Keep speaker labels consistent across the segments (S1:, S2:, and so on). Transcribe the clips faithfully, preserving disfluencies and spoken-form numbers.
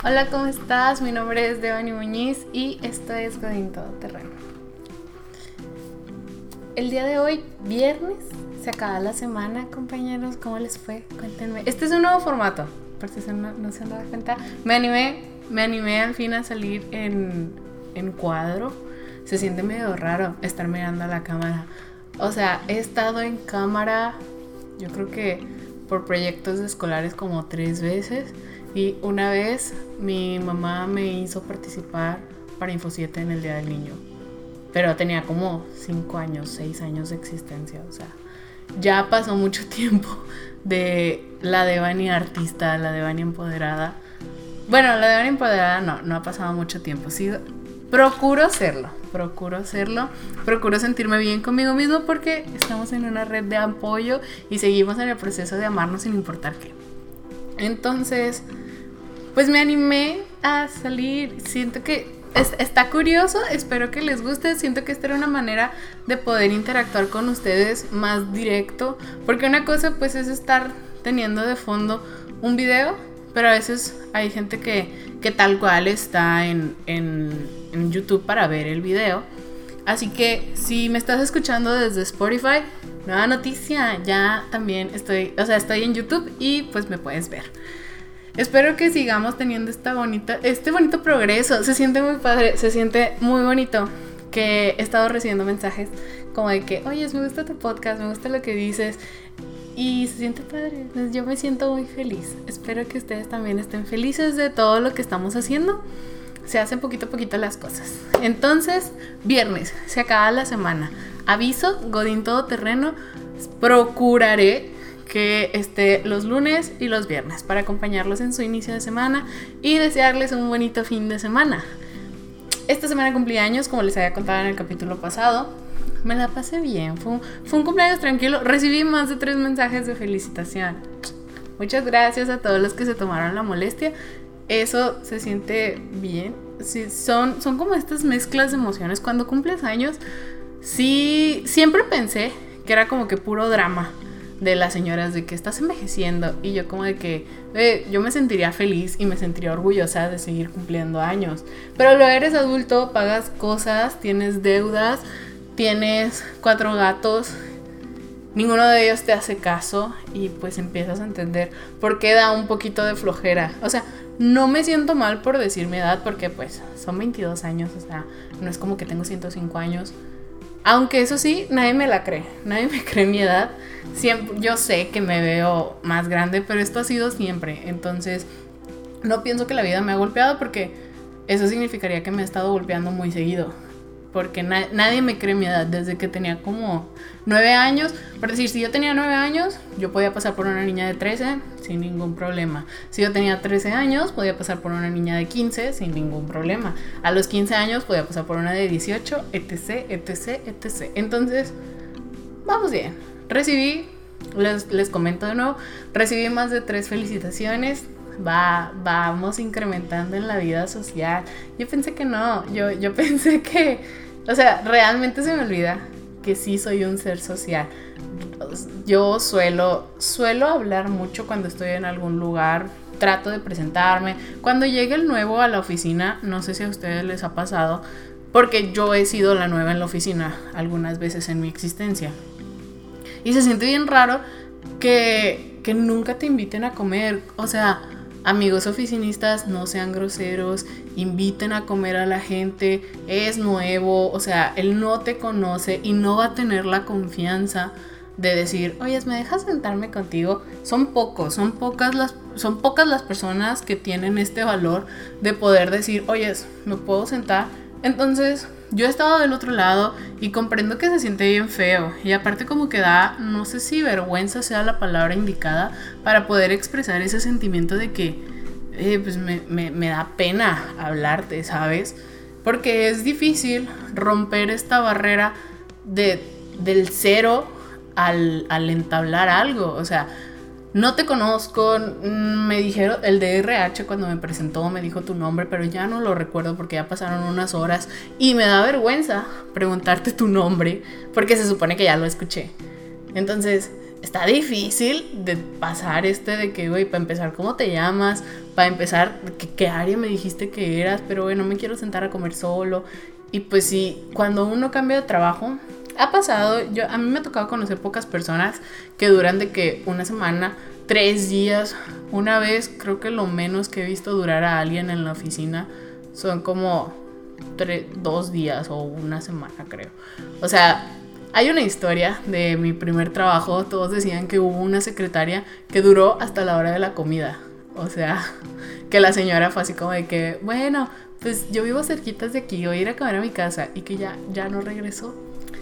S1: Hola, ¿cómo estás? Mi nombre es Devani Muñiz y esto es Godín Todoterreno. El día de hoy, viernes, se acaba la semana, compañeros. ¿Cómo les fue? Cuéntenme. Este es un nuevo formato, por si no, no se han dado cuenta. Me animé, me animé al fin a salir en, en cuadro. Se siente medio raro estar mirando a la cámara. O sea, he estado en cámara, yo creo que por proyectos escolares como tres veces. Y una vez mi mamá me hizo participar para Info siete en el Día del Niño. Pero tenía como cinco años, seis años de existencia. O sea, ya pasó mucho tiempo de la Devani artista, la Devani empoderada. Bueno, la Devani empoderada no, no ha pasado mucho tiempo. Sí, procuro serlo, procuro serlo. Procuro sentirme bien conmigo mismo porque estamos en una red de apoyo y seguimos en el proceso de amarnos sin importar qué. Entonces, pues me animé a salir. Siento que es, está curioso, espero que les guste. Siento que esta era una manera de poder interactuar con ustedes más directo, porque una cosa pues es estar teniendo de fondo un video, pero a veces hay gente que, que tal cual está en, en, en YouTube para ver el video. Así que si me estás escuchando desde Spotify, nueva noticia, ya también estoy, o sea, estoy en YouTube y pues me puedes ver. Espero que sigamos teniendo esta bonita, este bonito progreso. Se siente muy padre, se siente muy bonito que he estado recibiendo mensajes como de que, oye, me gusta tu podcast, me gusta lo que dices. Y se siente padre, yo me siento muy feliz. Espero que ustedes también estén felices de todo lo que estamos haciendo. Se hacen poquito a poquito las cosas. Entonces, viernes, se acaba la semana. Aviso, Godín Todoterreno, procuraré que esté los lunes y los viernes para acompañarlos en su inicio de semana y desearles un bonito fin de semana. Esta semana cumplí años, como les había contado en el capítulo pasado. Me la pasé bien, fue un, fue un cumpleaños tranquilo. Recibí más de tres mensajes de felicitación. Muchas gracias a todos los que se tomaron la molestia. Eso se siente bien. Sí, son, son como estas mezclas de emociones. Cuando cumples años, sí, siempre pensé que era como que puro drama de las señoras, de que estás envejeciendo. Y yo como de que eh, yo me sentiría feliz y me sentiría orgullosa de seguir cumpliendo años. Pero luego eres adulto, pagas cosas, tienes deudas, tienes cuatro gatos, ninguno de ellos te hace caso y pues empiezas a entender por qué da un poquito de flojera. O sea, no me siento mal por decir mi edad porque pues son veintidós años, o sea, no es como que tengo ciento cinco años. Aunque eso sí, nadie me la cree, nadie me cree mi edad. Siempre, yo sé que me veo más grande, pero esto ha sido siempre. Entonces, no pienso que la vida me ha golpeado porque eso significaría que me ha estado golpeando muy seguido. Porque na- nadie me cree mi edad desde que tenía como nueve años. Por decir, si yo tenía nueve años, yo podía pasar por una niña de trece sin ningún problema. Si yo tenía trece años, podía pasar por una niña de quince sin ningún problema. A los quince años podía pasar por una de dieciocho, etc, etc, etc. Entonces, vamos bien. Recibí, les, les comento de nuevo, recibí más de tres felicitaciones. Va, vamos incrementando en la vida social. Yo pensé que no, yo, yo pensé que, o sea, realmente se me olvida que sí soy un ser social. Yo suelo, suelo hablar mucho cuando estoy en algún lugar, trato de presentarme. Cuando llegue el nuevo a la oficina, no sé si a ustedes les ha pasado, porque yo he sido la nueva en la oficina algunas veces en mi existencia. Y se siente bien raro que, que nunca te inviten a comer, o sea... Amigos oficinistas, no sean groseros, inviten a comer a la gente, es nuevo, o sea, él no te conoce y no va a tener la confianza de decir, oye, ¿me dejas sentarme contigo? Son pocos, son pocas las, son pocas las personas que tienen este valor de poder decir, oye, ¿me puedo sentar? Entonces, yo he estado del otro lado y comprendo que se siente bien feo. Y aparte como que da, no sé si vergüenza sea la palabra indicada para poder expresar ese sentimiento de que eh, pues me, me, me da pena hablarte, ¿sabes? Porque es difícil romper esta barrera de, del cero al, al entablar algo. O sea, no te conozco, me dijeron, el de R H cuando me presentó me dijo tu nombre, pero ya no lo recuerdo porque ya pasaron unas horas y me da vergüenza preguntarte tu nombre porque se supone que ya lo escuché. Entonces, está difícil de pasar este de que, güey, para empezar, ¿cómo te llamas? Para empezar, ¿qué, qué área me dijiste que eras? Pero, güey, no me quiero sentar a comer solo. Y pues sí, cuando uno cambia de trabajo, ha pasado, yo, a mí me ha tocado conocer pocas personas que duran de que una semana, tres días, una vez, creo que lo menos que he visto durar a alguien en la oficina son como tres, dos días o una semana, creo. O sea, hay una historia de mi primer trabajo, todos decían que hubo una secretaria que duró hasta la hora de la comida. O sea, que la señora fue así como de que, bueno, pues yo vivo cerquitas de aquí, voy a ir a comer a mi casa, y que ya, ya no regresó.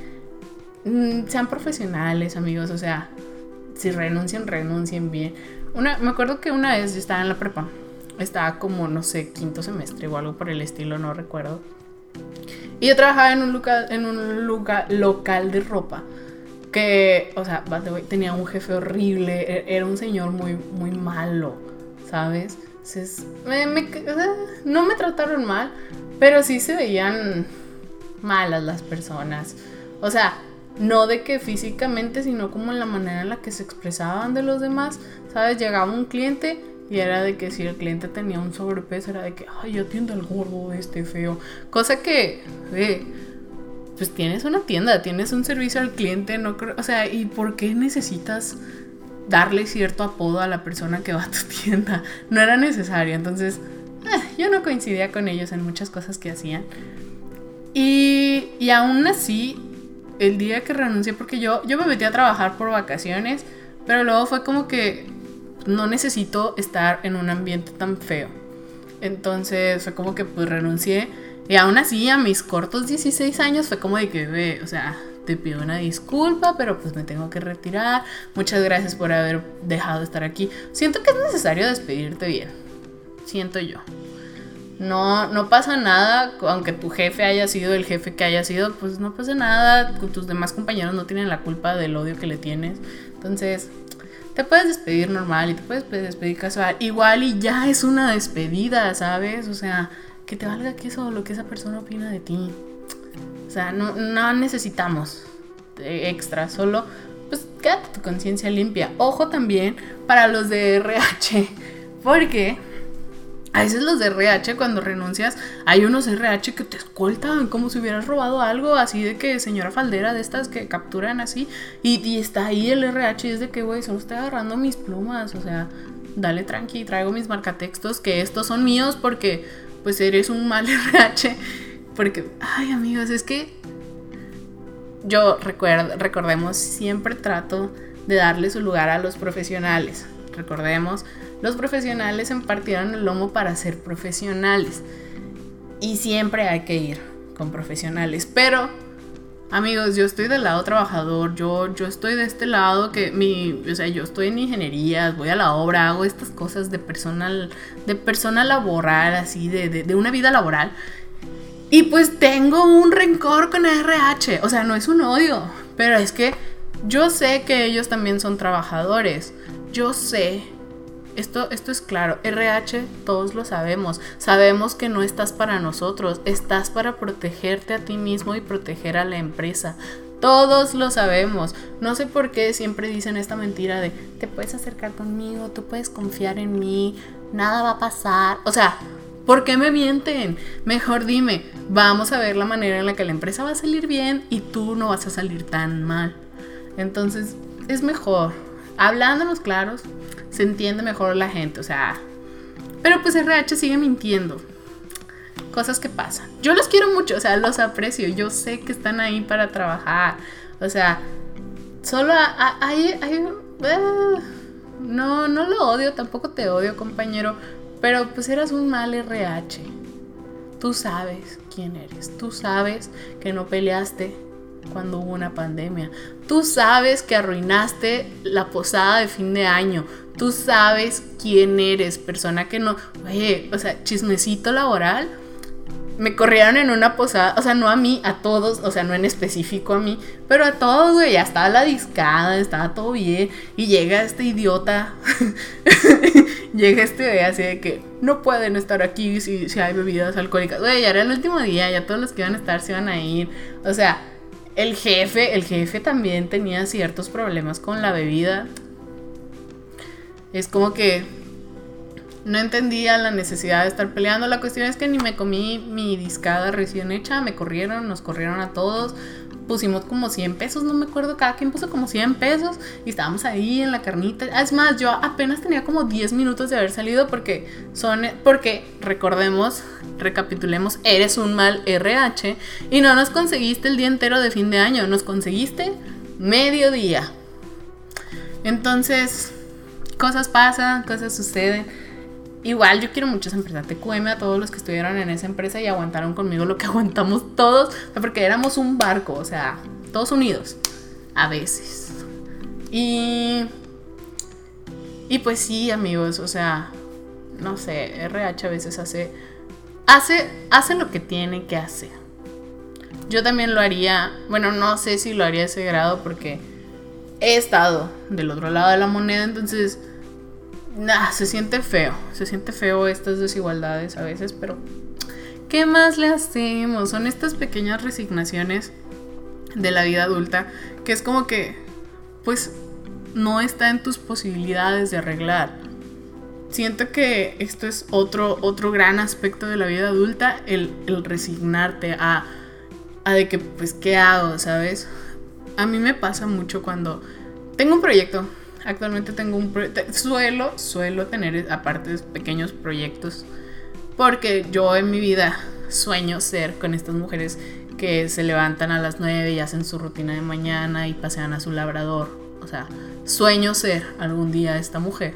S1: Mm, sean profesionales, amigos, o sea, si renuncian, renuncien bien. Una, me acuerdo que una vez yo estaba en la prepa, estaba como, no sé, quinto semestre o algo por el estilo, no recuerdo. Y yo trabajaba en un local, en un lugar, local de ropa que, o sea, tenía un jefe horrible, era un señor muy, muy malo, ¿sabes? Entonces, me, me, o sea, no me trataron mal, pero sí se veían malas las personas. O sea, no de que físicamente, sino como en la manera en la que se expresaban de los demás, ¿sabes? Llegaba un cliente y era de que si el cliente tenía un sobrepeso, era de que, ay, atiende al gordo este feo. Cosa que, eh, pues tienes una tienda, tienes un servicio al cliente, no creo, o sea, ¿y por qué necesitas darle cierto apodo a la persona que va a tu tienda? No era necesario. Entonces, eh, yo no coincidía con ellos en muchas cosas que hacían. Y, y aún así, el día que renuncié, porque yo, yo me metí a trabajar por vacaciones, pero luego fue como que no necesito estar en un ambiente tan feo. Entonces fue como que pues renuncié. Y aún así a mis cortos dieciséis años fue como de que, ve, o sea, te pido una disculpa, pero pues me tengo que retirar. Muchas gracias por haber dejado de estar aquí. Siento que es necesario despedirte bien. Siento yo. No, no pasa nada, aunque tu jefe haya sido el jefe que haya sido, pues no pasa nada. Tus demás compañeros no tienen la culpa del odio que le tienes. Entonces, te puedes despedir normal y te puedes despedir casual. Igual y ya es una despedida, ¿sabes? O sea, que te valga que eso, lo que esa persona opina de ti. O sea, no, no necesitamos extra, solo pues quédate tu conciencia limpia. Ojo también para los de R H, porque a veces los de R H, cuando renuncias, hay unos R H que te escoltan como si hubieras robado algo, así de que señora faldera de estas que capturan así, y, y está ahí el R H y es de que, güey, solo estoy agarrando mis plumas, o sea, dale tranqui, traigo mis marcatextos, que estos son míos porque, pues, eres un mal R H, porque, ay, amigos, es que yo, recuerdo, recordemos, siempre trato de darle su lugar a los profesionales. Recordemos, los profesionales se partieron el lomo para ser profesionales. Y siempre hay que ir con profesionales. Pero, amigos, yo estoy del lado trabajador. Yo, yo estoy de este lado que mi, o sea, yo estoy en ingeniería, voy a la obra, hago estas cosas de personal, de persona laboral, así, de, de, de una vida laboral. Y pues tengo un rencor con R H. O sea, no es un odio, pero es que yo sé que ellos también son trabajadores. Yo sé, esto, esto es claro, R H todos lo sabemos, sabemos que no estás para nosotros, estás para protegerte a ti mismo y proteger a la empresa, todos lo sabemos. No sé por qué siempre dicen esta mentira de te puedes acercar conmigo, tú puedes confiar en mí, nada va a pasar, o sea, ¿por qué me mienten? Mejor dime, vamos a ver la manera en la que la empresa va a salir bien y tú no vas a salir tan mal. Entonces, es mejor. Hablándonos claros, se entiende mejor la gente, o sea, pero pues R H sigue mintiendo. Cosas que pasan. Yo los quiero mucho, o sea, los aprecio, yo sé que están ahí para trabajar, o sea, solo hay, hay, uh, no, no lo odio, tampoco te odio, compañero, pero pues eras un mal R H. Tú sabes quién eres, tú sabes que no peleaste cuando hubo una pandemia. Tú sabes que arruinaste la posada de fin de año. Tú sabes quién eres, persona que no... Oye, o sea, chismecito laboral. Me corrieron en una posada, o sea, no a mí, a todos, o sea, no en específico a mí, pero a todos, güey, ya estaba la discada, estaba todo bien, y llega este idiota, llega este güey así de que no pueden estar aquí si, si hay bebidas alcohólicas. Güey, ya era el último día, ya todos los que iban a estar se iban a ir, o sea... El jefe, el jefe también tenía ciertos problemas con la bebida. Es como que no entendía la necesidad de estar peleando. La cuestión es que ni me comí mi discada recién hecha. Me corrieron, nos corrieron a todos. Pusimos como cien pesos, no me acuerdo. Cada quien puso como cien pesos. Y estábamos ahí en la carnita. Es más, yo apenas tenía como diez minutos de haber salido. Porque son, porque recordemos, recapitulemos, eres un mal R H. Y no nos conseguiste el día entero de fin de año. Nos conseguiste mediodía. Entonces, cosas pasan, cosas suceden. Igual yo quiero mucho esa empresa, T Q M, a todos los que estuvieron en esa empresa y aguantaron conmigo lo que aguantamos todos, porque éramos un barco, o sea, todos unidos, a veces. Y, y pues sí, amigos, o sea, no sé, R H a veces hace, hace, hace lo que tiene que hacer. Yo también lo haría, bueno, no sé si lo haría a ese grado porque he estado del otro lado de la moneda, entonces... Nah, se siente feo, se siente feo estas desigualdades a veces, pero ¿qué más le hacemos? Son estas pequeñas resignaciones de la vida adulta que es como que, pues, no está en tus posibilidades de arreglar. Siento que esto es otro, otro gran aspecto de la vida adulta, el, el resignarte a, a de que, pues, ¿qué hago? ¿Sabes? A mí me pasa mucho cuando tengo un proyecto. Actualmente tengo un proyecto, suelo, suelo tener aparte pequeños proyectos, porque yo en mi vida sueño ser con estas mujeres que se levantan a las nueve y hacen su rutina de mañana y pasean a su labrador. O sea, sueño ser algún día esta mujer.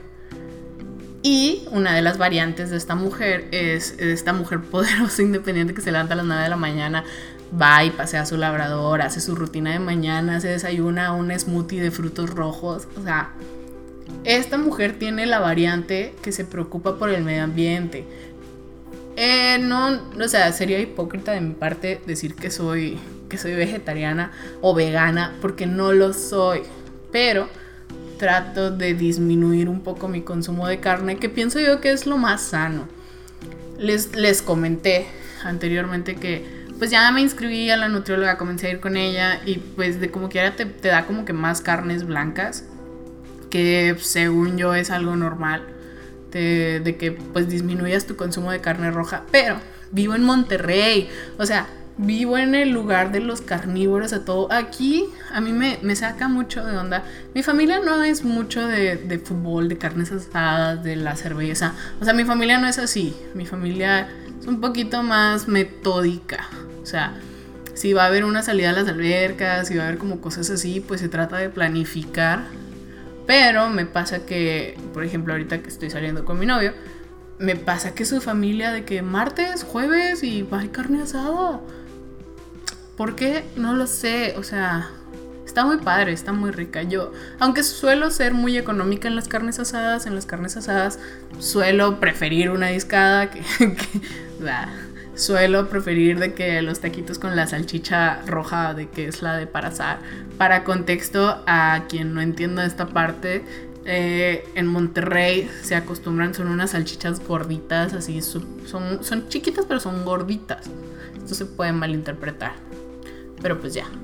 S1: Y una de las variantes de esta mujer es esta mujer poderosa, independiente, que se levanta a las nueve de la mañana, va y pasea a su labrador, hace su rutina de mañana, se desayuna un smoothie de frutos rojos. O sea, esta mujer tiene la variante que se preocupa por el medio ambiente. Eh, no, o sea, sería hipócrita de mi parte decir que soy, que soy vegetariana o vegana, porque no lo soy. Pero trato de disminuir un poco mi consumo de carne, que pienso yo que es lo más sano. Les, les comenté anteriormente que pues ya me inscribí a la nutrióloga, comencé a ir con ella y pues de como quiera te, te da como que más carnes blancas, que según yo es algo normal, de, de que pues disminuyas tu consumo de carne roja. Pero vivo en Monterrey, o sea, vivo en el lugar de los carnívoros a todo. Aquí a mí me, me saca mucho de onda. Mi familia no es mucho de, de fútbol, de carnes asadas, de la cerveza. O sea, mi familia no es así. Mi familia es un poquito más metódica. O sea, si va a haber una salida a las albercas, si va a haber como cosas así, pues se trata de planificar. Pero me pasa que, por ejemplo, ahorita que estoy saliendo con mi novio, me pasa que su familia de que martes, jueves y va a carne asada. ¿Por qué? No lo sé, o sea, está muy padre, está muy rica. Yo, aunque suelo ser muy económica en las carnes asadas, en las carnes asadas suelo preferir una discada que... que bah, suelo preferir de que los taquitos con la salchicha roja, de que es la de para asar. Para contexto, a quien no entienda esta parte, eh, en Monterrey se acostumbran, son unas salchichas gorditas, así, son, son chiquitas pero son gorditas. Esto se puede malinterpretar, pero pues ya.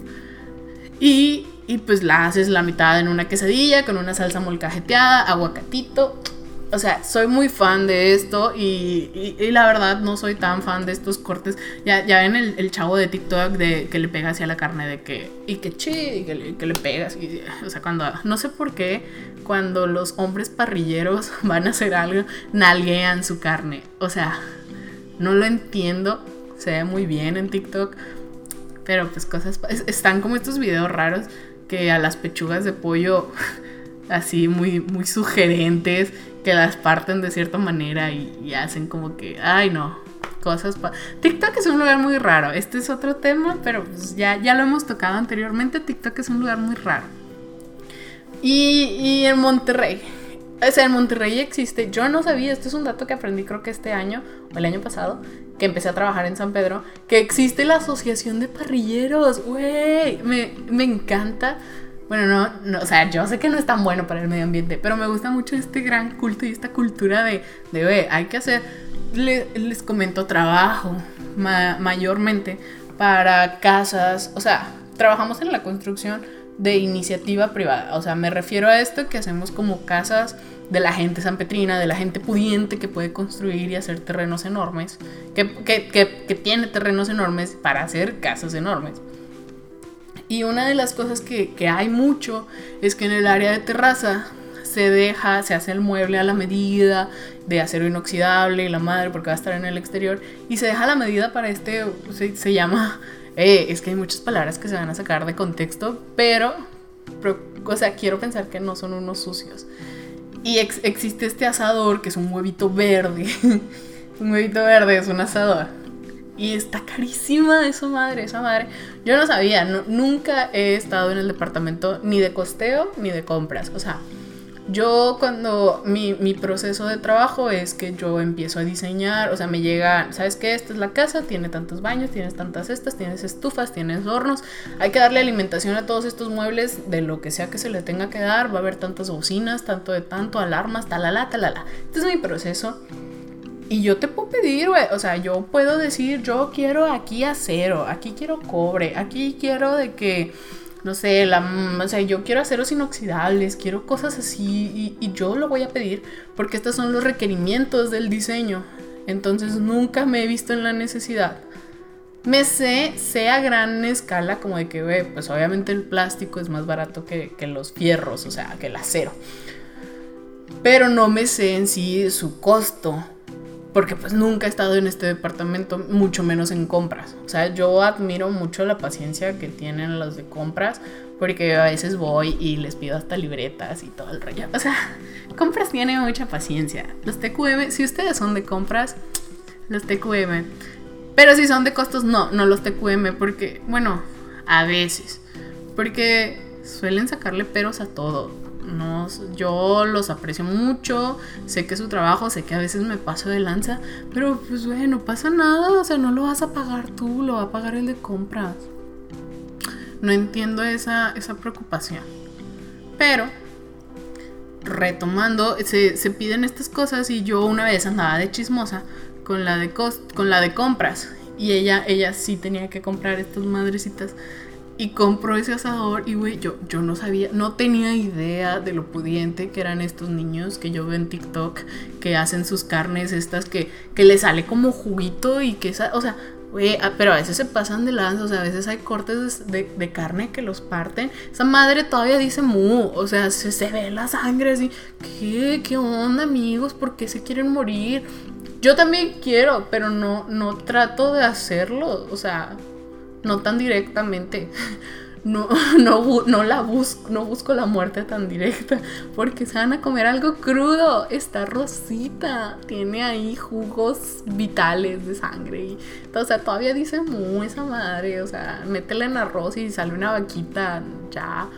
S1: Y, y pues la haces la mitad en una quesadilla con una salsa molcajeteada, aguacatito. O sea, soy muy fan de esto y, y, y la verdad no soy tan fan de estos cortes. Ya, ya ven el, el chavo de TikTok de que le pega hacia la carne, de que y que chi, y que le, que le pegas. Y, o sea, cuando, no sé por qué, cuando los hombres parrilleros van a hacer algo, nalguean su carne. O sea, no lo entiendo. Se ve muy bien en TikTok, pero pues cosas, están como estos videos raros que a las pechugas de pollo así muy, muy sugerentes, que las parten de cierta manera y, y hacen como que, ay no, cosas pa- TikTok es un lugar muy raro. Este es otro tema, pero pues ya, ya lo hemos tocado anteriormente. TikTok es un lugar muy raro. Y, y en Monterrey, o sea, en Monterrey existe, yo no sabía, esto es un dato que aprendí creo que este año o el año pasado, que empecé a trabajar en San Pedro, que existe la asociación de parrilleros. Güey, me, me encanta. Bueno, no, no, o sea, yo sé que no es tan bueno para el medio ambiente, pero me gusta mucho este gran culto y esta cultura de, de güey, hay que hacer, le, les comento, trabajo ma, mayormente para casas, o sea, trabajamos en la construcción de iniciativa privada. O sea, me refiero a esto que hacemos como casas de la gente sanpetrina, de la gente pudiente que puede construir y hacer terrenos enormes, que, que, que, que tiene terrenos enormes para hacer casas enormes. Y una de las cosas que, que hay mucho es que en el área de terraza se deja, se hace el mueble a la medida de acero inoxidable y la madre porque va a estar en el exterior, y se deja la medida para este, se, se llama, eh, es que hay muchas palabras que se van a sacar de contexto, pero, pero o sea, quiero pensar que no son unos sucios. Y ex, existe este asador que es un huevito verde, un huevito verde es un asador. Y está carísima esa madre, esa madre. Yo no sabía, no, nunca he estado en el departamento ni de costeo ni de compras. O sea, yo cuando mi, mi proceso de trabajo es que yo empiezo a diseñar, o sea, me llega, ¿sabes qué? Esta es la casa, tiene tantos baños, tienes tantas estas, tienes estufas, tienes hornos. Hay que darle alimentación a todos estos muebles de lo que sea que se le tenga que dar. Va a haber tantas bocinas, tanto de tanto, alarmas, talala, talala. Este es mi proceso. Y yo te puedo pedir, güey, o sea, yo puedo decir, yo quiero aquí acero, aquí quiero cobre, aquí quiero de que, no sé, la, o sea, yo quiero aceros inoxidables, quiero cosas así, y, y yo lo voy a pedir porque estos son los requerimientos del diseño. Entonces nunca me he visto en la necesidad. Me sé, sé a gran escala como de que, güey, pues obviamente el plástico es más barato que, que los fierros, o sea, que el acero. Pero no me sé en sí su costo. Porque pues nunca he estado en este departamento, mucho menos en compras. O sea, yo admiro mucho la paciencia que tienen los de compras, porque a veces voy y les pido hasta libretas y todo el rollo. O sea, compras tiene mucha paciencia. Los T Q M, si ustedes son de compras, los T Q M. Pero si son de costos, no, no los T Q M, porque, bueno, a veces. Porque suelen sacarle peros a todo. No, yo los aprecio mucho, sé que es su trabajo, sé que a veces me paso de lanza, pero pues bueno, no pasa nada, o sea, no lo vas a pagar tú, lo va a pagar el de compras. No entiendo esa, esa preocupación. Pero, retomando, se, se piden estas cosas y yo una vez andaba de chismosa con la de, cost, con la de compras y ella, ella sí tenía que comprar estas madrecitas. Y compró ese asador y, güey, yo, yo no sabía, no tenía idea de lo pudiente que eran estos niños que yo veo en TikTok, que hacen sus carnes estas que, que le sale como juguito y que, esa, o sea, güey, pero a veces se pasan de lanza, o sea, a veces hay cortes de, de carne que los parten. Esa madre todavía dice mu, o sea, se, se ve la sangre así. ¿Qué? ¿Qué onda, amigos? ¿Por qué se quieren morir? Yo también quiero, pero no, no trato de hacerlo, o sea... No tan directamente. No, no, no la busco, no busco la muerte tan directa. Porque se van a comer algo crudo. Está rosita. Tiene ahí jugos vitales de sangre. Y, o sea, todavía dice mu esa madre. O sea, métela en arroz y sale una vaquita. Ya.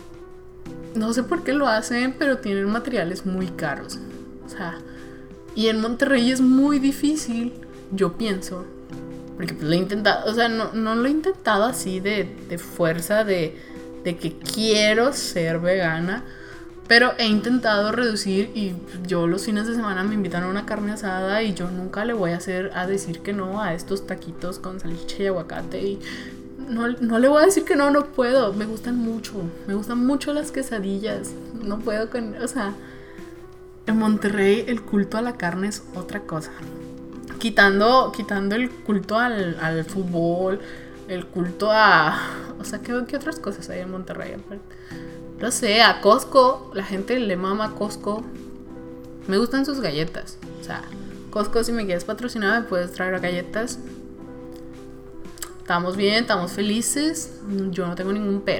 S1: No sé por qué lo hacen, pero tienen materiales muy caros. O sea, y en Monterrey es muy difícil, yo pienso. Porque pues lo he intentado, o sea, no, no lo he intentado así de, de fuerza, de, de que quiero ser vegana, pero he intentado reducir y yo los fines de semana me invitan a una carne asada y yo nunca le voy a hacer a decir que no a estos taquitos con salchicha y aguacate y no, no le voy a decir que no, no puedo, me gustan mucho, me gustan mucho las quesadillas, no puedo con, o sea, en Monterrey el culto a la carne es otra cosa. Quitando, quitando el culto al, al fútbol, el culto a... O sea, ¿qué, qué otras cosas hay en Monterrey? No sé, a Costco. La gente le mama a Costco. Me gustan sus galletas. O sea, Costco, si me quieres patrocinar, me puedes traer galletas. Estamos bien, estamos felices. Yo no tengo ningún pero.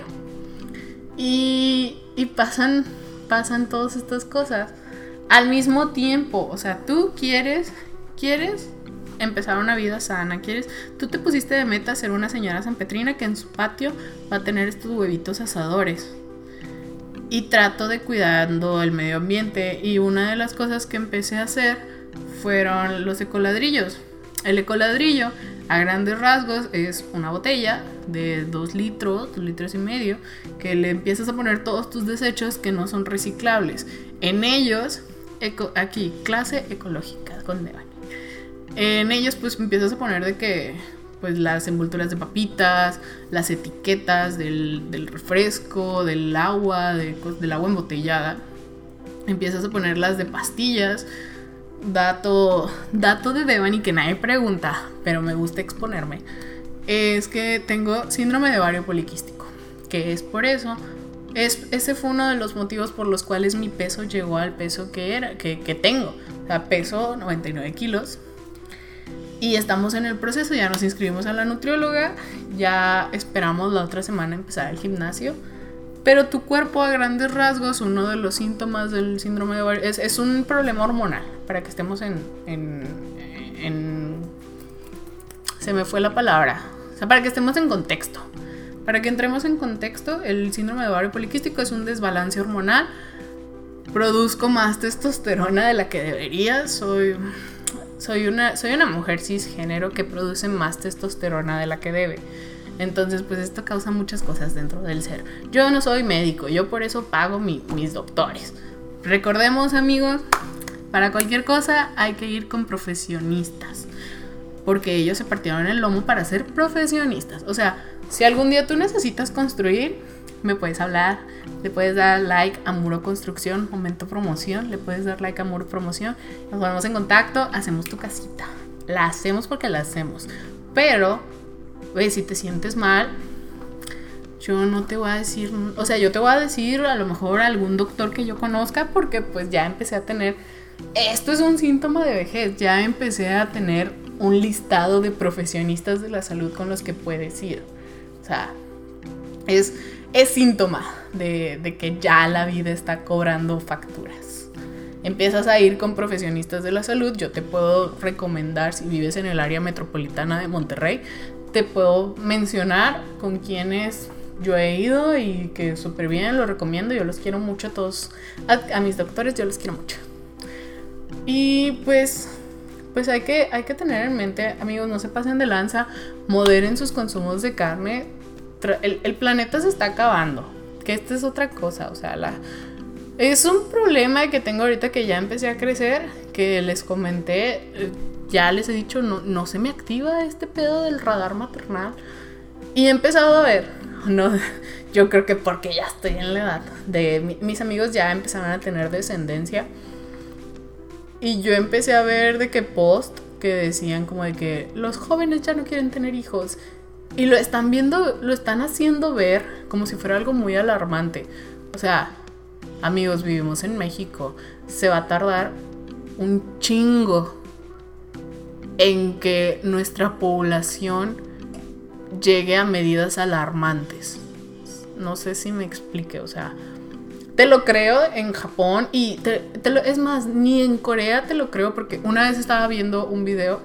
S1: Y, y pasan, pasan todas estas cosas al mismo tiempo. O sea, tú quieres... ¿Quieres empezar una vida sana? ¿Quieres? Tú te pusiste de meta ser una señora sanpetrina que en su patio va a tener estos huevitos asadores. Y trato de cuidando el medio ambiente. Y una de las cosas que empecé a hacer fueron los ecoladrillos. El ecoladrillo, a grandes rasgos, es una botella de dos litros, dos litros y medio, que le empiezas a poner todos tus desechos que no son reciclables. En ellos, eco, aquí, clase ecológica con Devani. En ellos pues empiezas a poner de que pues las envolturas de papitas, las etiquetas del, del refresco, del agua, de, del agua embotellada. Empiezas a ponerlas de pastillas. Dato, dato de Devani que nadie pregunta, pero me gusta exponerme, es que tengo síndrome de ovario poliquístico, que es por eso, es, ese fue uno de los motivos por los cuales mi peso llegó al peso que, era, que, que tengo. O sea, peso noventa y nueve kilos. Y estamos en el proceso, ya nos inscribimos a la nutrióloga, ya esperamos la otra semana empezar el gimnasio. Pero tu cuerpo, a grandes rasgos, uno de los síntomas del síndrome de ovario es, es un problema hormonal, para que estemos en, en, en... Se me fue la palabra. O sea, para que estemos en contexto. Para que entremos en contexto, el síndrome de ovario poliquístico es un desbalance hormonal. Produzco más testosterona de la que debería. Soy, soy, una, soy una mujer cisgénero que produce más testosterona de la que debe. Entonces, pues esto causa muchas cosas dentro del ser. Yo no soy médico, yo por eso pago mi, mis doctores. Recordemos, amigos, para cualquier cosa hay que ir con profesionistas, porque ellos se partieron el lomo para ser profesionistas. O sea, si algún día tú necesitas construir, me puedes hablar, le puedes dar like a Muro Construcción, Momento Promoción, le puedes dar like a Muro Promoción, nos ponemos en contacto, hacemos tu casita. La hacemos porque la hacemos, pero... Oye, si te sientes mal, yo no te voy a decir, o sea, yo te voy a decir a lo mejor a algún doctor que yo conozca, porque pues ya empecé a tener, esto es un síntoma de vejez, ya empecé a tener un listado de profesionistas de la salud con los que puedes ir. O sea, es, es síntoma de, de que ya la vida está cobrando facturas. Empiezas a ir con profesionistas de la salud. Yo te puedo recomendar, si vives en el área metropolitana de Monterrey, te puedo mencionar con quienes yo he ido y que súper bien, lo recomiendo. Yo los quiero mucho a todos, a, a mis doctores, yo los quiero mucho. Y pues, pues hay que, hay que tener en mente, amigos, no se pasen de lanza, moderen sus consumos de carne. El, el planeta se está acabando, que esta es otra cosa, o sea, la... Es un problema que tengo ahorita que ya empecé a crecer, que les comenté, ya les he dicho, no, no se me activa este pedo del radar maternal. Y he empezado a ver, no, yo creo que porque ya estoy en la edad, de mi, mis amigos ya empezaron a tener descendencia. Y yo empecé a ver de qué post que decían como de que los jóvenes ya no quieren tener hijos. Y lo están viendo, lo están haciendo ver como si fuera algo muy alarmante. O sea... Amigos, vivimos en México. Se va a tardar un chingo en que nuestra población llegue a medidas alarmantes. No sé si me explique, o sea, te lo creo en Japón y te, te lo, es más, ni en Corea te lo creo, porque una vez estaba viendo un video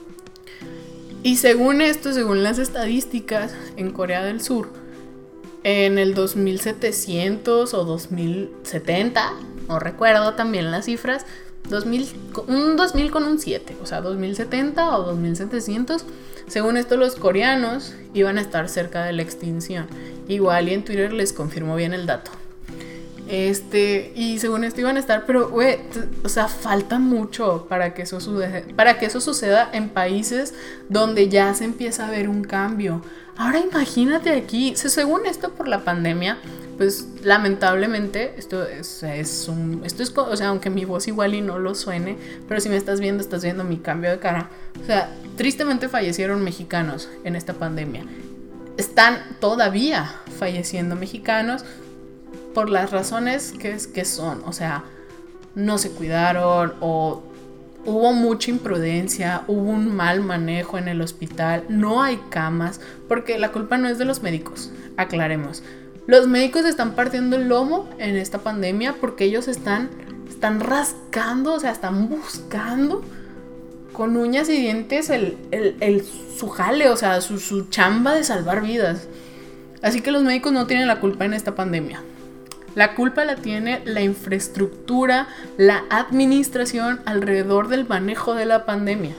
S1: y según esto, según las estadísticas, en Corea del Sur, en el dos mil setecientos o dos mil setenta, no recuerdo también las cifras, dos mil, un dos mil con un siete, o sea, dos mil setenta o dos mil setecientos, según esto los coreanos iban a estar cerca de la extinción. Igual y en Twitter les confirmo bien el dato. Este, y según esto iban a estar, pero güey, o sea, falta mucho para que eso suceda, para que eso suceda en países donde ya se empieza a ver un cambio. Ahora imagínate aquí, según esto por la pandemia, pues lamentablemente esto es, es un, esto es, o sea, aunque mi voz igual y no lo suene, pero si me estás viendo, estás viendo mi cambio de cara. O sea, tristemente fallecieron mexicanos en esta pandemia. Están todavía falleciendo mexicanos por las razones que, que son, o sea, no se cuidaron o hubo mucha imprudencia, hubo un mal manejo en el hospital, no hay camas, porque la culpa no es de los médicos, aclaremos. Los médicos están partiendo el lomo en esta pandemia porque ellos están, están rascando, o sea, están buscando con uñas y dientes el, el, el, su jale, o sea, su, su chamba de salvar vidas. Así que los médicos no tienen la culpa en esta pandemia. La culpa la tiene la infraestructura, la administración alrededor del manejo de la pandemia.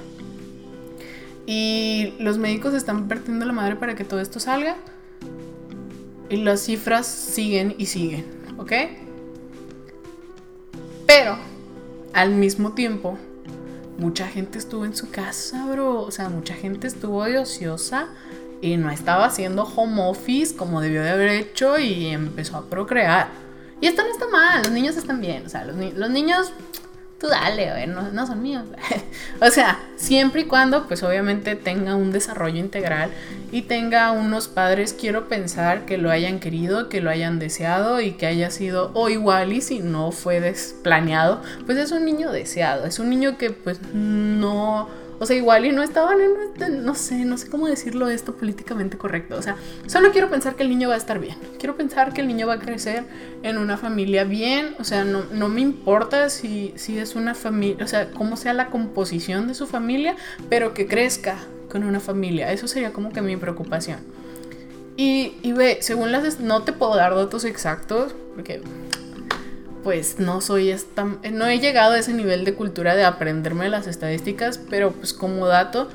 S1: Y los médicos están partiendo la madre para que todo esto salga. Y las cifras siguen y siguen, ¿ok? Pero, al mismo tiempo, mucha gente estuvo en su casa, bro. O sea, mucha gente estuvo de ociosa y no estaba haciendo home office como debió de haber hecho y empezó a procrear. Y esto no está mal, los niños están bien. O sea, los, ni- los niños, tú dale, güey, no, no son míos. O sea, siempre y cuando, pues obviamente tenga un desarrollo integral y tenga unos padres, quiero pensar, que lo hayan querido, que lo hayan deseado y que haya sido, o igual y si no fue desplaneado, pues es un niño deseado, es un niño que pues no, o sea, igual y no estaban en, este- no sé, no sé cómo decirlo esto políticamente correcto, o sea, solo quiero pensar que el niño va a estar bien, quiero pensar que el niño va a crecer en una familia bien, o sea, no, no me importa si, si es una familia, o sea, cómo sea la composición de su familia, pero que crezca con una familia, eso sería como que mi preocupación. Y, y ve, según las, no te puedo dar datos exactos, porque pues no soy esta, no he llegado a ese nivel de cultura de aprenderme las estadísticas, pero pues como dato,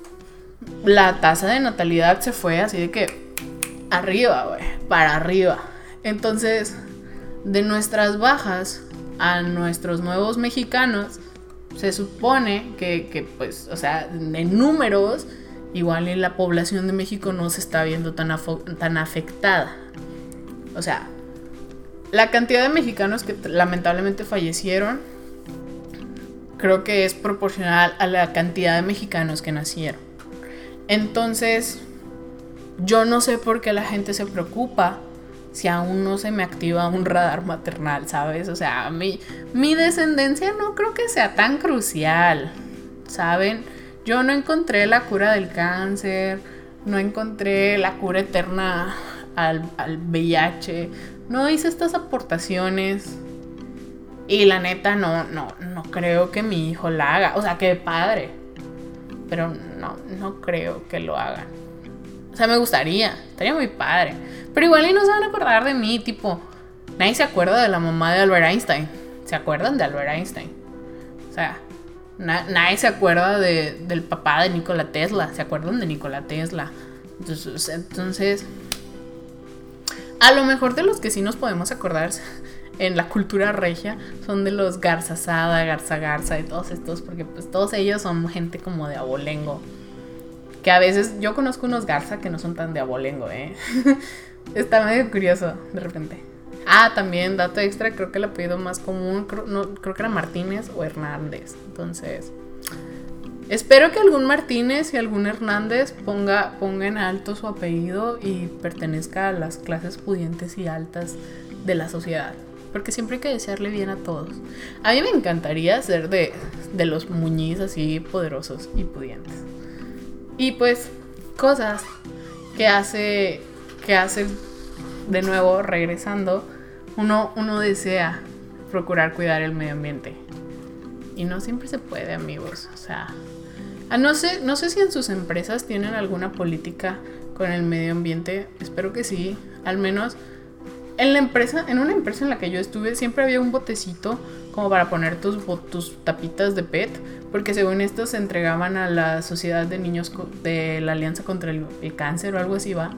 S1: la tasa de natalidad se fue así de que arriba, güey, para arriba. Entonces, de nuestras bajas a nuestros nuevos mexicanos, se supone que, que pues, o sea, en números, igual en la población de México no se está viendo tan, afo- tan afectada. O sea, la cantidad de mexicanos que t- lamentablemente fallecieron, creo que es proporcional a la cantidad de mexicanos que nacieron. Entonces, yo no sé por qué la gente se preocupa si aún no se me activa un radar maternal, ¿sabes? O sea, mi, mi descendencia no creo que sea tan crucial, ¿saben? Yo no encontré la cura del cáncer, no encontré la cura eterna al, al V I H, no hice estas aportaciones y la neta no, no, no creo que mi hijo la haga, o sea, que padre, pero no, no creo que lo hagan. O sea, me gustaría, estaría muy padre. Pero igual y no se van a acordar de mí, tipo, nadie se acuerda de la mamá de Albert Einstein. ¿Se acuerdan de Albert Einstein? O sea, na- nadie se acuerda de, del papá de Nikola Tesla. ¿Se acuerdan de Nikola Tesla? Entonces, entonces, a lo mejor de los que sí nos podemos acordar en la cultura regia son de los Garza Sada, Garza Garza y todos estos, porque pues todos ellos son gente como de abolengo. Que a veces yo conozco unos Garza que no son tan de abolengo, ¿eh? Está medio curioso de repente. Ah, también, dato extra, creo que el apellido más común, creo, no, creo que era Martínez o Hernández. Entonces, espero que algún Martínez y algún Hernández ponga, ponga en alto su apellido y pertenezca a las clases pudientes y altas de la sociedad. Porque siempre hay que desearle bien a todos. A mí me encantaría ser de, de los Muñiz así poderosos y pudientes. Y pues, cosas que hace, que hace de nuevo, regresando, uno, uno desea procurar cuidar el medio ambiente. Y no siempre se puede, amigos. O sea, no sé, no sé si en sus empresas tienen alguna política con el medio ambiente. Espero que sí. Al menos en la empresa, en una empresa en la que yo estuve, siempre había un botecito como para poner tus, tus tapitas de P E T, porque según esto se entregaban a la Sociedad de Niños de la Alianza contra el, el Cáncer o algo así, va.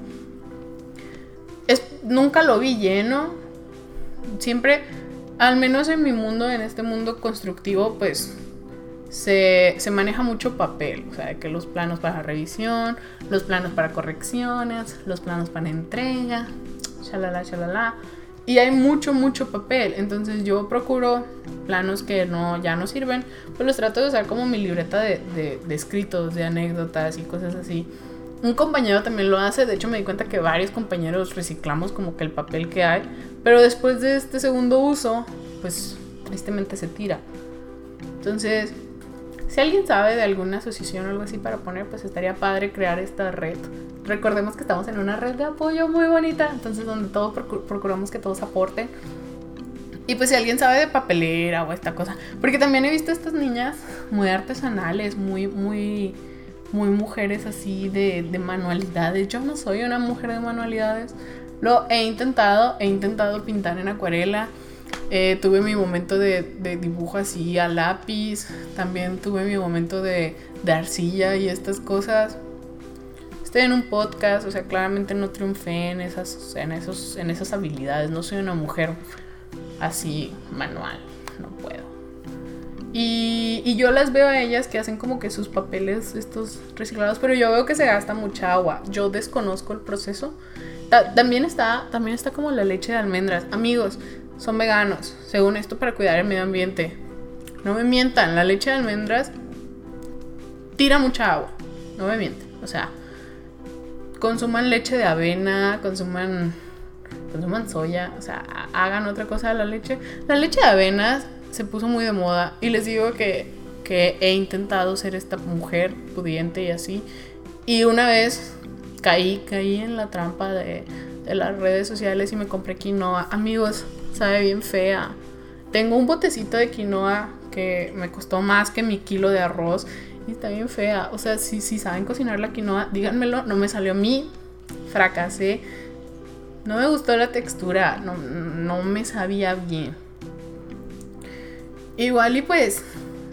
S1: Es, nunca lo vi lleno. Siempre, al menos en mi mundo, en este mundo constructivo, pues se, se maneja mucho papel. O sea, que los planos para revisión, los planos para correcciones, los planos para entrega, shalala, shalala. Y hay mucho, mucho papel. Entonces yo procuro planos que no, ya no sirven, pues los trato de usar como mi libreta de, de, de escritos, de anécdotas y cosas así. Un compañero también lo hace. De hecho me di cuenta que varios compañeros reciclamos como que el papel que hay, pero después de este segundo uso, pues tristemente se tira. Entonces, si alguien sabe de alguna asociación o algo así para poner, pues estaría padre crear esta red. Recordemos que estamos en una red de apoyo muy bonita, entonces donde todos procuramos que todos aporten. Y pues si alguien sabe de papelera o esta cosa, porque también he visto estas niñas muy artesanales, muy, muy, muy mujeres así de, de manualidades. Yo no soy una mujer de manualidades. Lo he intentado, he intentado pintar en acuarela. Eh, tuve mi momento de, de dibujo así a lápiz. También tuve mi momento de, de arcilla y estas cosas. Estoy en un podcast, o sea, claramente no triunfé en esas, en esos, en esas habilidades. No soy una mujer así manual, no puedo. Y, y yo las veo a ellas que hacen como que sus papeles estos reciclados, pero yo veo que se gasta mucha agua. Yo desconozco el proceso. Ta- también está, también está como la leche de almendras. Amigos, son veganos, según esto, para cuidar el medio ambiente. No me mientan, la leche de almendras tira mucha agua. No me mienten. O sea, consuman leche de avena, consuman, consuman soya, o sea, hagan otra cosa de la leche. La leche de avena se puso muy de moda y les digo que, que he intentado ser esta mujer pudiente y así. Y una vez caí, caí en la trampa de, de las redes sociales y me compré quinoa. Amigos, sabe bien fea. Tengo un botecito de quinoa que me costó más que mi kilo de arroz y está bien fea. O sea, si, si saben cocinar la quinoa, díganmelo. No me salió a mí, fracasé. No me gustó la textura, no, no me sabía bien. Igual y pues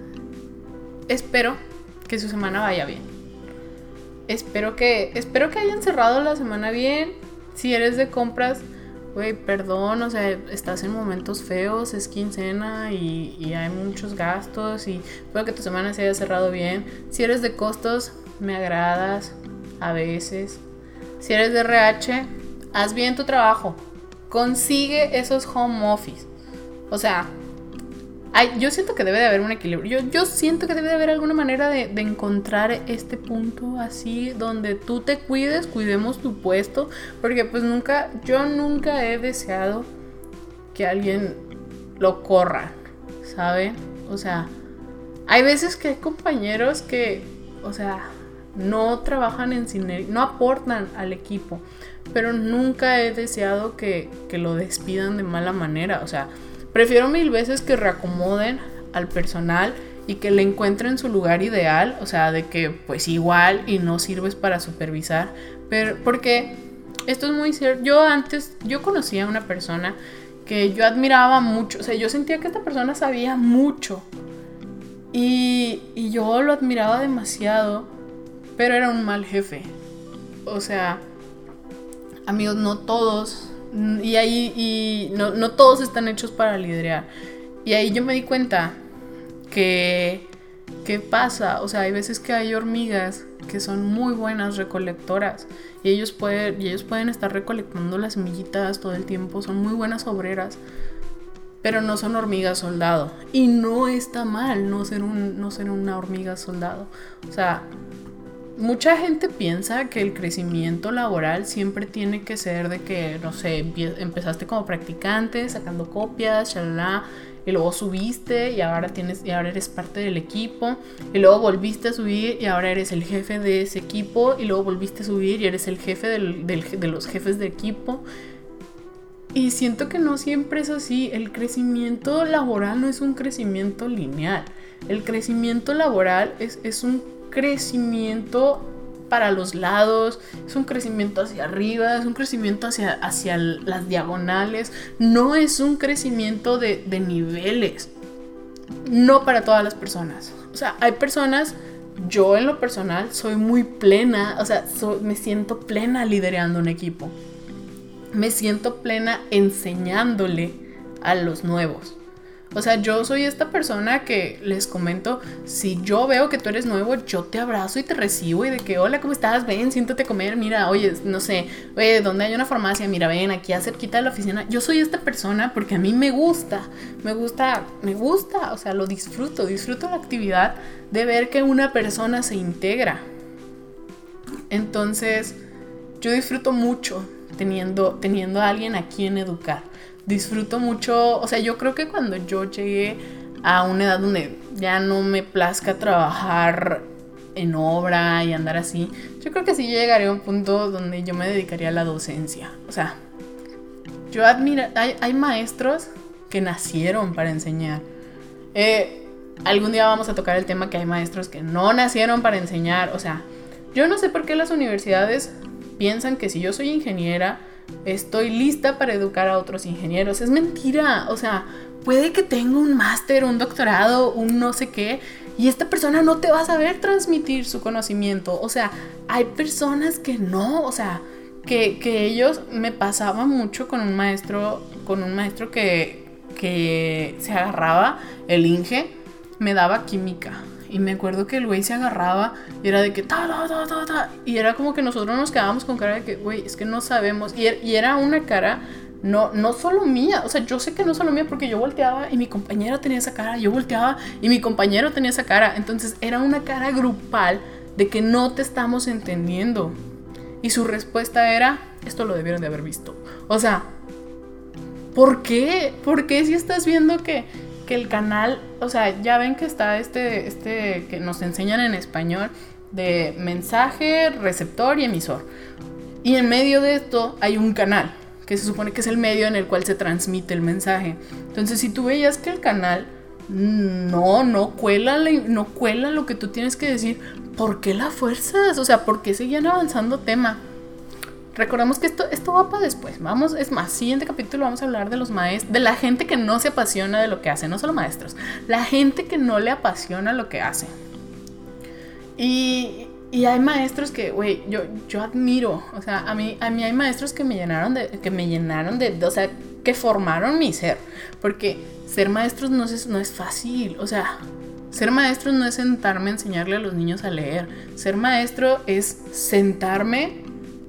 S1: espero que su semana vaya bien. Espero que espero que hayan cerrado la semana bien. Si eres de compras, güey, perdón, o sea, estás en momentos feos, es quincena y, y hay muchos gastos y espero que tu semana se haya cerrado bien. Si eres de costos, me agradas a veces. Si eres de R H, haz bien tu trabajo. Consigue esos home office. O sea, Ay, yo siento que debe de haber un equilibrio. Yo, yo siento que debe de haber alguna manera de, de encontrar este punto así donde tú te cuides, cuidemos tu puesto, porque pues nunca, yo nunca he deseado que alguien lo corra, ¿saben? O sea, hay veces que hay compañeros que, o sea, no trabajan en cine, no aportan al equipo, pero nunca he deseado que, que lo despidan de mala manera, o sea, prefiero mil veces que reacomoden al personal y que le encuentren su lugar ideal, o sea, de que pues igual y no sirves para supervisar, pero porque esto es muy cierto. Yo antes, yo conocía a una persona que yo admiraba mucho, o sea, yo sentía que esta persona sabía mucho y, y yo lo admiraba demasiado, pero era un mal jefe. O sea, amigos, no todos... Y ahí y no, no todos están hechos para liderar. Y ahí yo me di cuenta que ¿qué pasa? O sea, hay veces que hay hormigas que son muy buenas recolectoras y ellos pueden, y ellos pueden estar recolectando las semillitas todo el tiempo, son muy buenas obreras, pero no son hormigas soldado. Y no está mal no ser, un, no ser una hormiga soldado. O sea, mucha gente piensa que el crecimiento laboral siempre tiene que ser de que, no sé, empezaste como practicante, sacando copias, shalala, y luego subiste y ahora tienes, y ahora eres parte del equipo, y luego volviste a subir y ahora eres el jefe de ese equipo, y luego volviste a subir y eres el jefe del, del, de los jefes de equipo. Y siento que no siempre es así. El crecimiento laboral no es un crecimiento lineal. El crecimiento laboral es, es un crecimiento para los lados, es un crecimiento hacia arriba, es un crecimiento hacia, hacia las diagonales, no es un crecimiento de, de niveles, no para todas las personas. O sea, hay personas, yo en lo personal soy muy plena, o sea, soy, me siento plena liderando un equipo, me siento plena enseñándole a los nuevos. O sea, yo soy esta persona que les comento, si yo veo que tú eres nuevo, yo te abrazo y te recibo y de que, hola, ¿cómo estás? Ven, siéntate a comer, mira, oye, no sé, oye, ¿dónde hay una farmacia? Mira, ven, aquí cerquita de la oficina. Yo soy esta persona porque a mí me gusta, me gusta, me gusta, o sea, lo disfruto, disfruto la actividad de ver que una persona se integra. Entonces, yo disfruto mucho teniendo, teniendo a alguien a quien educar. Disfruto mucho, o sea, yo creo que cuando yo llegué a una edad donde ya no me plazca trabajar en obra y andar así, yo creo que sí llegaré a un punto donde yo me dedicaría a la docencia. O sea, yo admiro, hay, hay maestros que nacieron para enseñar. Eh, algún día vamos a tocar el tema que hay maestros que no nacieron para enseñar. O sea, yo no sé por qué las universidades piensan que si yo soy ingeniera estoy lista para educar a otros ingenieros. Es mentira. O sea, puede que tenga un máster, un doctorado, un no sé qué, y esta persona no te va a saber transmitir su conocimiento. O sea, hay personas que no, o sea, que, que ellos, me pasaba mucho con un maestro, con un maestro que, que se agarraba el Inge me daba química. Y me acuerdo que el güey se agarraba y era de que ta, ta, ta, ta, ta. Y era como que nosotros nos quedábamos con cara de que, güey, es que no sabemos. Y, y era una cara, no, no solo mía. O sea, yo sé que no solo mía porque yo volteaba y mi compañero tenía esa cara. Yo volteaba y mi compañero tenía esa cara. Entonces era una cara grupal de que no te estamos entendiendo. Y su respuesta era, esto lo debieron de haber visto. O sea, ¿por qué? ¿Por qué si estás viendo que... que el canal, o sea, ya ven que está este, este que nos enseñan en español de mensaje, receptor y emisor. Y en medio de esto hay un canal, que se supone que es el medio en el cual se transmite el mensaje. Entonces, si tú veías que el canal no, no cuela, no cuela lo que tú tienes que decir, ¿por qué la fuerzas? O sea, ¿por qué seguían avanzando tema? Recordemos que esto, esto va para después. Vamos, es más, siguiente capítulo vamos a hablar de los maestros, de la gente que no se apasiona de lo que hace, no solo maestros, la gente que no le apasiona lo que hace. Y, y hay maestros que, güey, yo, yo admiro, o sea, a mí, a mí hay maestros que me llenaron de, que me llenaron de, de, o sea, que formaron mi ser, porque ser maestros no es, no es fácil, o sea, ser maestro no es sentarme a enseñarle a los niños a leer, ser maestro es sentarme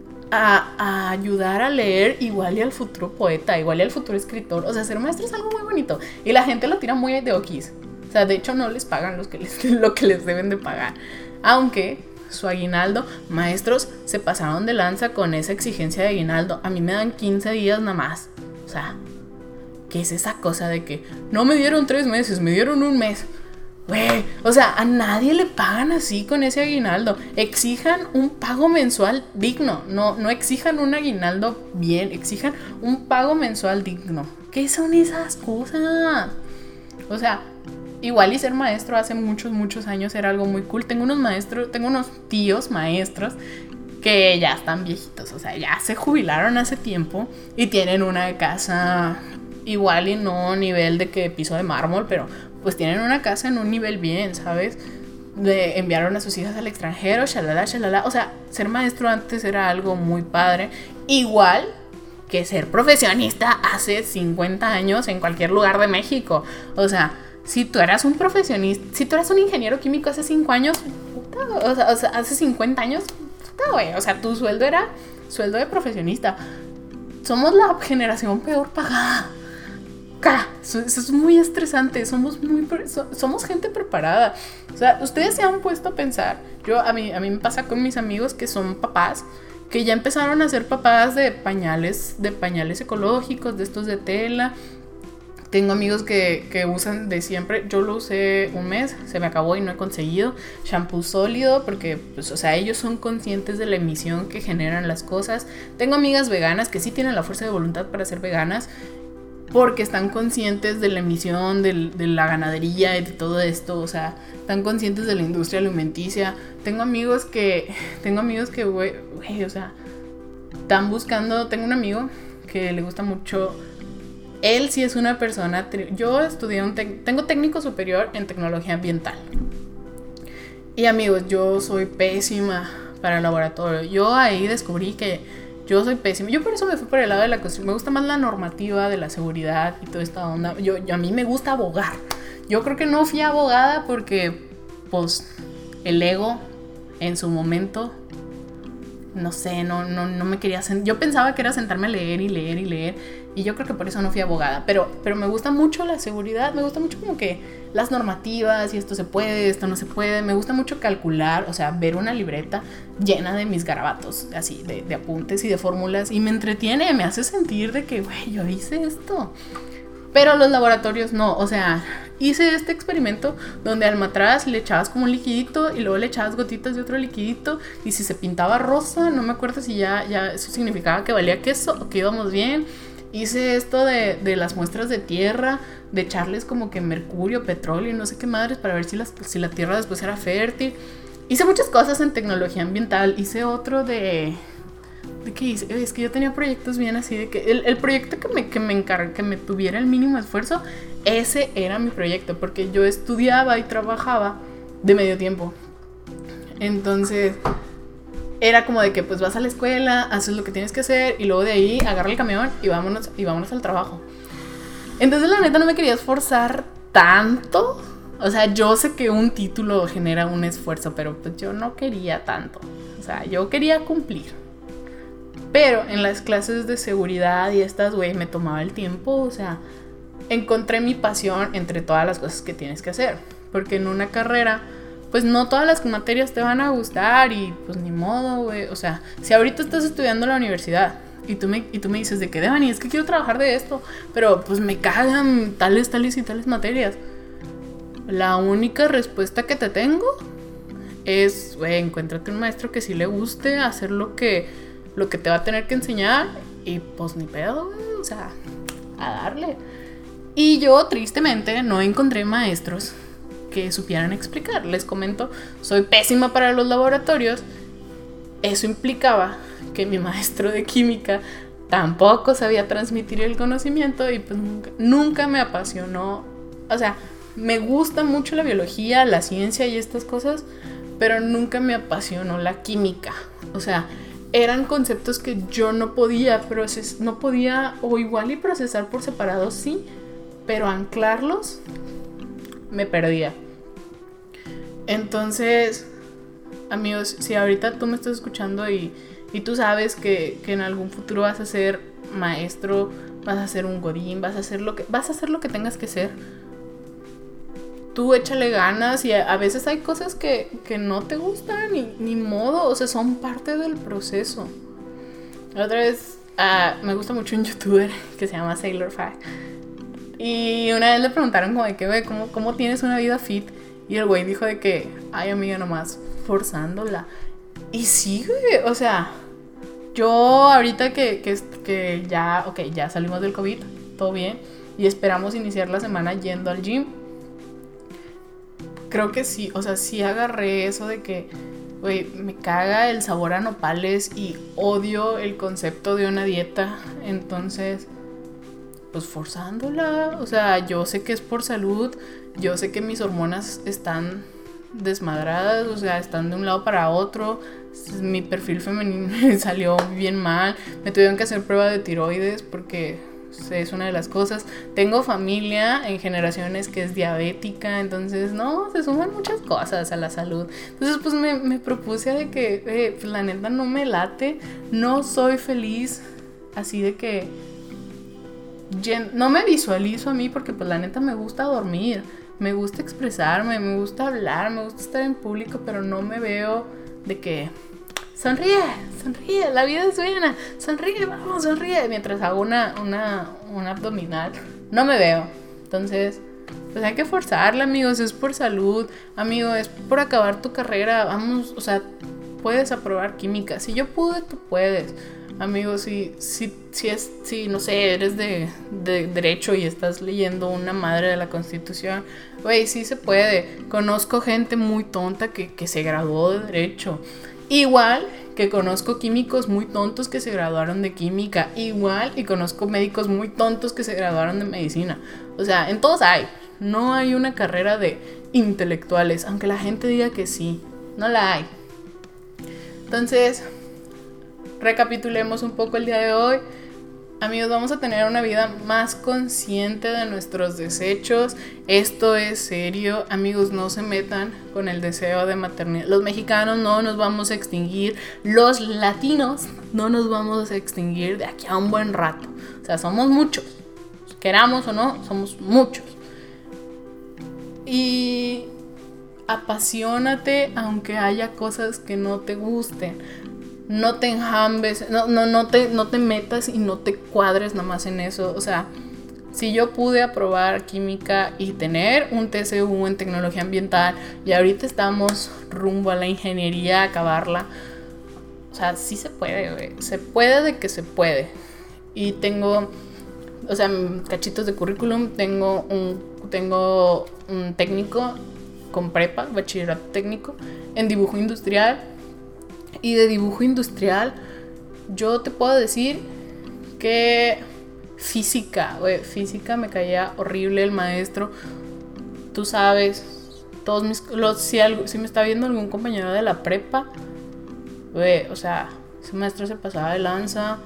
S1: A, a ayudar a leer igual y al futuro poeta, igual y al futuro escritor. O sea, ser maestro es algo muy bonito y la gente lo tira muy de oquis. O sea, de hecho no les pagan los que les, lo que les deben de pagar. Aunque su aguinaldo, maestros se pasaron de lanza con esa exigencia de aguinaldo. A mí me dan quince días nada más. O sea, ¿qué es esa cosa de que no me dieron tres meses, me dieron un mes? Güey, o sea, a nadie le pagan así con ese aguinaldo. Exijan un pago mensual digno. No, no exijan un aguinaldo bien, exijan un pago mensual digno. ¿Qué son esas cosas? O sea, igual y ser maestro hace muchos, muchos años era algo muy cool. Tengo unos maestros, tengo unos tíos maestros que ya están viejitos. O sea, ya se jubilaron hace tiempo y tienen una casa igual y no nivel de que piso de mármol, pero pues tienen una casa en un nivel bien, ¿sabes? De, enviaron a sus hijas al extranjero, shalala, shalala. O sea, ser maestro antes era algo muy padre. Igual que ser profesionista hace cincuenta años en cualquier lugar de México. O sea, si tú eras un profesionista, si tú eras un ingeniero químico hace cinco años, puta, o, sea, o sea, hace cincuenta años, puta, güey. O sea, tu sueldo era sueldo de profesionista. Somos la generación peor pagada. Eso es muy estresante, somos muy somos gente preparada. O sea, ustedes se han puesto a pensar. Yo a mí a mí me pasa con mis amigos que son papás, que ya empezaron a ser papás de pañales, de pañales ecológicos, de estos de tela. Tengo amigos que, que usan de siempre. Yo lo usé un mes, se me acabó y no he conseguido shampoo sólido porque, pues, o sea, ellos son conscientes de la emisión que generan las cosas. Tengo amigas veganas que sí tienen la fuerza de voluntad para ser veganas, porque están conscientes de la emisión, de, de la ganadería y de todo esto. O sea, están conscientes de la industria alimenticia. Tengo amigos que, tengo amigos que, güey, güey, o sea, están buscando. Tengo un amigo que le gusta mucho. Él sí es una persona. Yo estudié un, tec, tengo técnico superior en tecnología ambiental. Y amigos, yo soy pésima para el laboratorio. Yo ahí descubrí que yo soy pésima. Yo por eso me fui por el lado de la construcción. Me gusta más la normativa de la seguridad y toda esta onda. Yo, yo, a mí me gusta abogar. Yo creo que no fui abogada porque, pues, el ego en su momento, no sé, no, no, no me quería... Sent- yo pensaba que era sentarme a leer y leer y leer. Y yo creo que por eso no fui abogada. Pero, pero me gusta mucho la seguridad. Me gusta mucho como que las normativas y esto se puede, esto no se puede. Me gusta mucho calcular, o sea, ver una libreta llena de mis garabatos, así, de, de apuntes y de fórmulas. Y me entretiene, me hace sentir de que, güey, yo hice esto. Pero los laboratorios no, o sea, hice este experimento donde al matraz le echabas como un liquidito y luego le echabas gotitas de otro liquidito y si se pintaba rosa, no me acuerdo si ya, ya eso significaba que valía queso o que íbamos bien. Hice esto de, de las muestras de tierra, de echarles como que mercurio, petróleo y no sé qué madres para ver si, las, si la tierra después era fértil. Hice muchas cosas en tecnología ambiental. Hice otro de... ¿De qué hice? Es que yo tenía proyectos bien así de que... El, el proyecto que me, que me encargué, que me tuviera el mínimo esfuerzo, ese era mi proyecto. Porque yo estudiaba y trabajaba de medio tiempo. Entonces... era como de que pues vas a la escuela, haces lo que tienes que hacer y luego de ahí agarra el camión y vámonos, y vámonos al trabajo. Entonces la neta no me quería esforzar tanto. O sea, yo sé que un título genera un esfuerzo, pero pues yo no quería tanto. O sea, yo quería cumplir. Pero en las clases de seguridad y estas, güey, me tomaba el tiempo. O sea, encontré mi pasión entre todas las cosas que tienes que hacer. Porque en una carrera, pues no todas las materias te van a gustar y pues ni modo, güey. O sea, si ahorita estás estudiando en la universidad y tú me, y tú me dices de que, Devani, es que quiero trabajar de esto, pero pues me cagan tales, tales y tales materias. La única respuesta que te tengo es, güey, encuéntrate un maestro que sí le guste hacer lo que, lo que te va a tener que enseñar y pues ni pedo, güey, o sea, a darle. Y yo, tristemente, no encontré maestros que supieran explicar. Les comento, soy pésima para los laboratorios. Eso implicaba que mi maestro de química tampoco sabía transmitir el conocimiento y pues nunca, nunca me apasionó. O sea, me gusta mucho la biología, la ciencia y estas cosas, pero nunca me apasionó la química. O sea, eran conceptos que yo no podía proces- no podía o igual y procesar por separado, sí, pero anclarlos me perdía. Entonces, amigos, si ahorita tú me estás escuchando y, y tú sabes que, que en algún futuro vas a ser maestro, vas a ser un godín, vas a hacer lo que, vas a hacer lo que tengas que ser, tú échale ganas y a, a veces hay cosas que, que no te gustan ni, ni modo, o sea, son parte del proceso. La otra vez uh, me gusta mucho un youtuber que se llama Sailor Fag y una vez le preguntaron como de que, güey, ¿cómo, ¿cómo tienes una vida fit? Y el güey dijo de que, ay amiga, nomás forzándola. Y sí, güey, o sea, yo ahorita que, que, que ya, ok, ya salimos del COVID, todo bien, y esperamos iniciar la semana yendo al gym. Creo que sí, o sea, sí agarré eso de que, güey, me caga el sabor a nopales y odio el concepto de una dieta. Entonces, pues forzándola, o sea, yo sé que es por salud, yo sé que mis hormonas están desmadradas, o sea, están de un lado para otro, mi perfil femenino salió bien mal, me tuvieron que hacer prueba de tiroides porque es una de las cosas. Tengo familia en generaciones que es diabética, entonces no, se suman muchas cosas a la salud. Entonces pues me, me propuse de que eh, pues, la neta no me late, no soy feliz así de que no me visualizo a mí porque pues la neta me gusta dormir, me gusta expresarme, me gusta hablar, me gusta estar en público, pero no me veo de que sonríe, sonríe, la vida es buena, sonríe, vamos, sonríe, mientras hago una, una, una abdominal, no me veo. Entonces, pues hay que forzarla, amigos, es por salud, amigo, es por acabar tu carrera, vamos, o sea, puedes aprobar química, si yo pude, tú puedes. Amigos, si, si, si, es, si no sé, eres de, de derecho y estás leyendo una madre de la Constitución, güey, sí se puede. Conozco gente muy tonta que, que se graduó de derecho. Igual que conozco químicos muy tontos que se graduaron de química. Igual y conozco médicos muy tontos que se graduaron de medicina. O sea, en todos hay. No hay una carrera de intelectuales, aunque la gente diga que sí. No la hay. Entonces, recapitulemos un poco el día de hoy. Amigos, vamos a tener una vida más consciente de nuestros desechos. Esto es serio. Amigos, no se metan con el deseo de maternidad. Los mexicanos no nos vamos a extinguir. Los latinos no nos vamos a extinguir de aquí a un buen rato. O sea, somos muchos. Queramos o no, somos muchos. Y apasionate aunque haya cosas que no te gusten. No te enjambes, no, no, no, te, no te metas y no te cuadres nada más en eso. O sea, si yo pude aprobar química y tener un T C U en tecnología ambiental y ahorita estamos rumbo a la ingeniería, a acabarla, o sea, sí se puede, güey. Se puede de que se puede. Y tengo, o sea, cachitos de currículum, tengo un, tengo un técnico con prepa, bachillerato técnico en dibujo industrial. Y de dibujo industrial, yo te puedo decir que física, güey, física me caía horrible el maestro. Tú sabes, todos mis, los, si, algo, si me está viendo algún compañero de la prepa, güey, o sea, ese maestro se pasaba de lanza.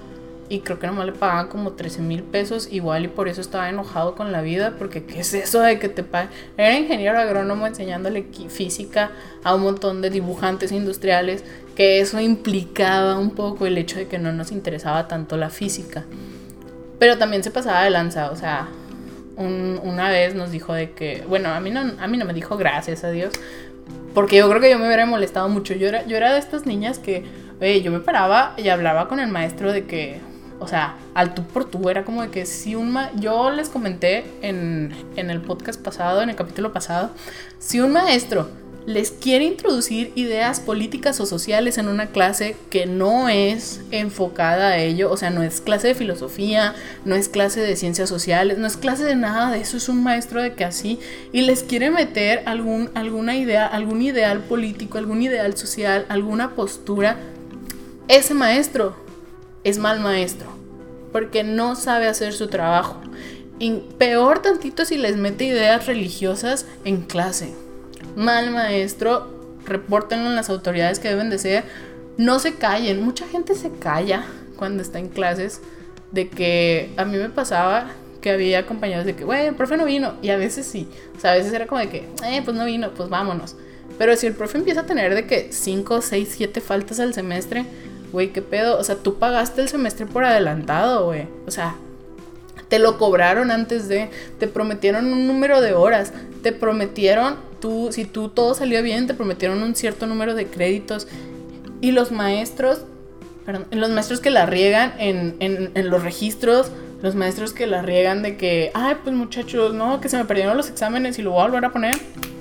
S1: y creo que nomás le pagaban como trece mil pesos, igual y por eso estaba enojado con la vida, porque ¿qué es eso de que te paguen? Era ingeniero agrónomo enseñándole física a un montón de dibujantes industriales, que eso implicaba un poco el hecho de que no nos interesaba tanto la física, pero también se pasaba de lanza, o sea, un, una vez nos dijo de que, bueno, a mí no, a mí no me dijo gracias a Dios, porque yo creo que yo me hubiera molestado mucho, yo era, yo era de estas niñas que, oye, yo me paraba y hablaba con el maestro de que, o sea, al tú por tú, era como de que si un ma- yo les comenté en, en el podcast pasado, en el capítulo pasado, si un maestro les quiere introducir ideas políticas o sociales en una clase que no es enfocada a ello, o sea, no es clase de filosofía, no es clase de ciencias sociales, no es clase de nada de eso, es un maestro de que así, y les quiere meter algún, alguna idea, algún ideal político, algún ideal social, alguna postura, ese maestro es mal maestro, porque no sabe hacer su trabajo. Y peor tantito si les mete ideas religiosas en clase. Mal maestro, repórtenlo en las autoridades que deben de ser. No se callen, mucha gente se calla cuando está en clases, de que a mí me pasaba que había compañeros de que, güey, el profe no vino, y a veces sí, o sea, a veces era como de que, eh, pues no vino, pues vámonos. Pero si el profe empieza a tener de que cinco, seis, siete faltas al semestre, güey, ¿qué pedo? O sea, tú pagaste el semestre por adelantado, güey. O sea, te lo cobraron antes de, te prometieron un número de horas, te prometieron, tú, si tú todo salió bien, te prometieron un cierto número de créditos. Y los maestros, perdón, los maestros que la riegan en, en, en los registros, los maestros que la riegan de que, ay, pues muchachos, no, que se me perdieron los exámenes y lo voy a volver a poner.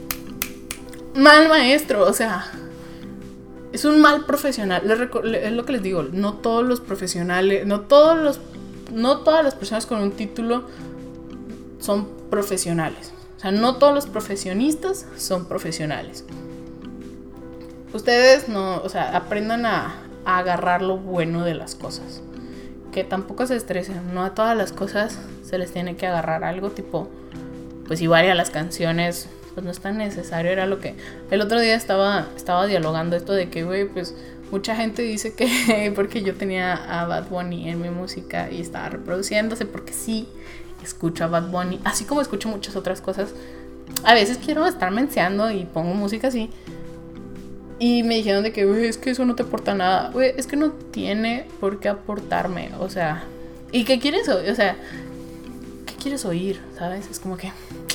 S1: Mal maestro, o sea... Es un mal profesional, es lo que les digo, no todos los profesionales, no todos los, no todas las personas con un título son profesionales. O sea, no todos los profesionistas son profesionales. Ustedes no, o sea, aprendan a, a agarrar lo bueno de las cosas. Que tampoco se estresen, no a todas las cosas se les tiene que agarrar algo, tipo, pues igual a las canciones... pues no es tan necesario, era lo que... El otro día estaba, estaba dialogando esto de que, güey, pues mucha gente dice que porque yo tenía a Bad Bunny en mi música y estaba reproduciéndose, porque sí, escucho a Bad Bunny, así como escucho muchas otras cosas. A veces quiero estar menseando y pongo música así. Y me dijeron de que, güey, es que eso no te aporta nada. Güey, es que no tiene por qué aportarme, o sea... ¿Y qué quieres oír? O sea, ¿qué quieres oír? ¿Sabes? Es como que...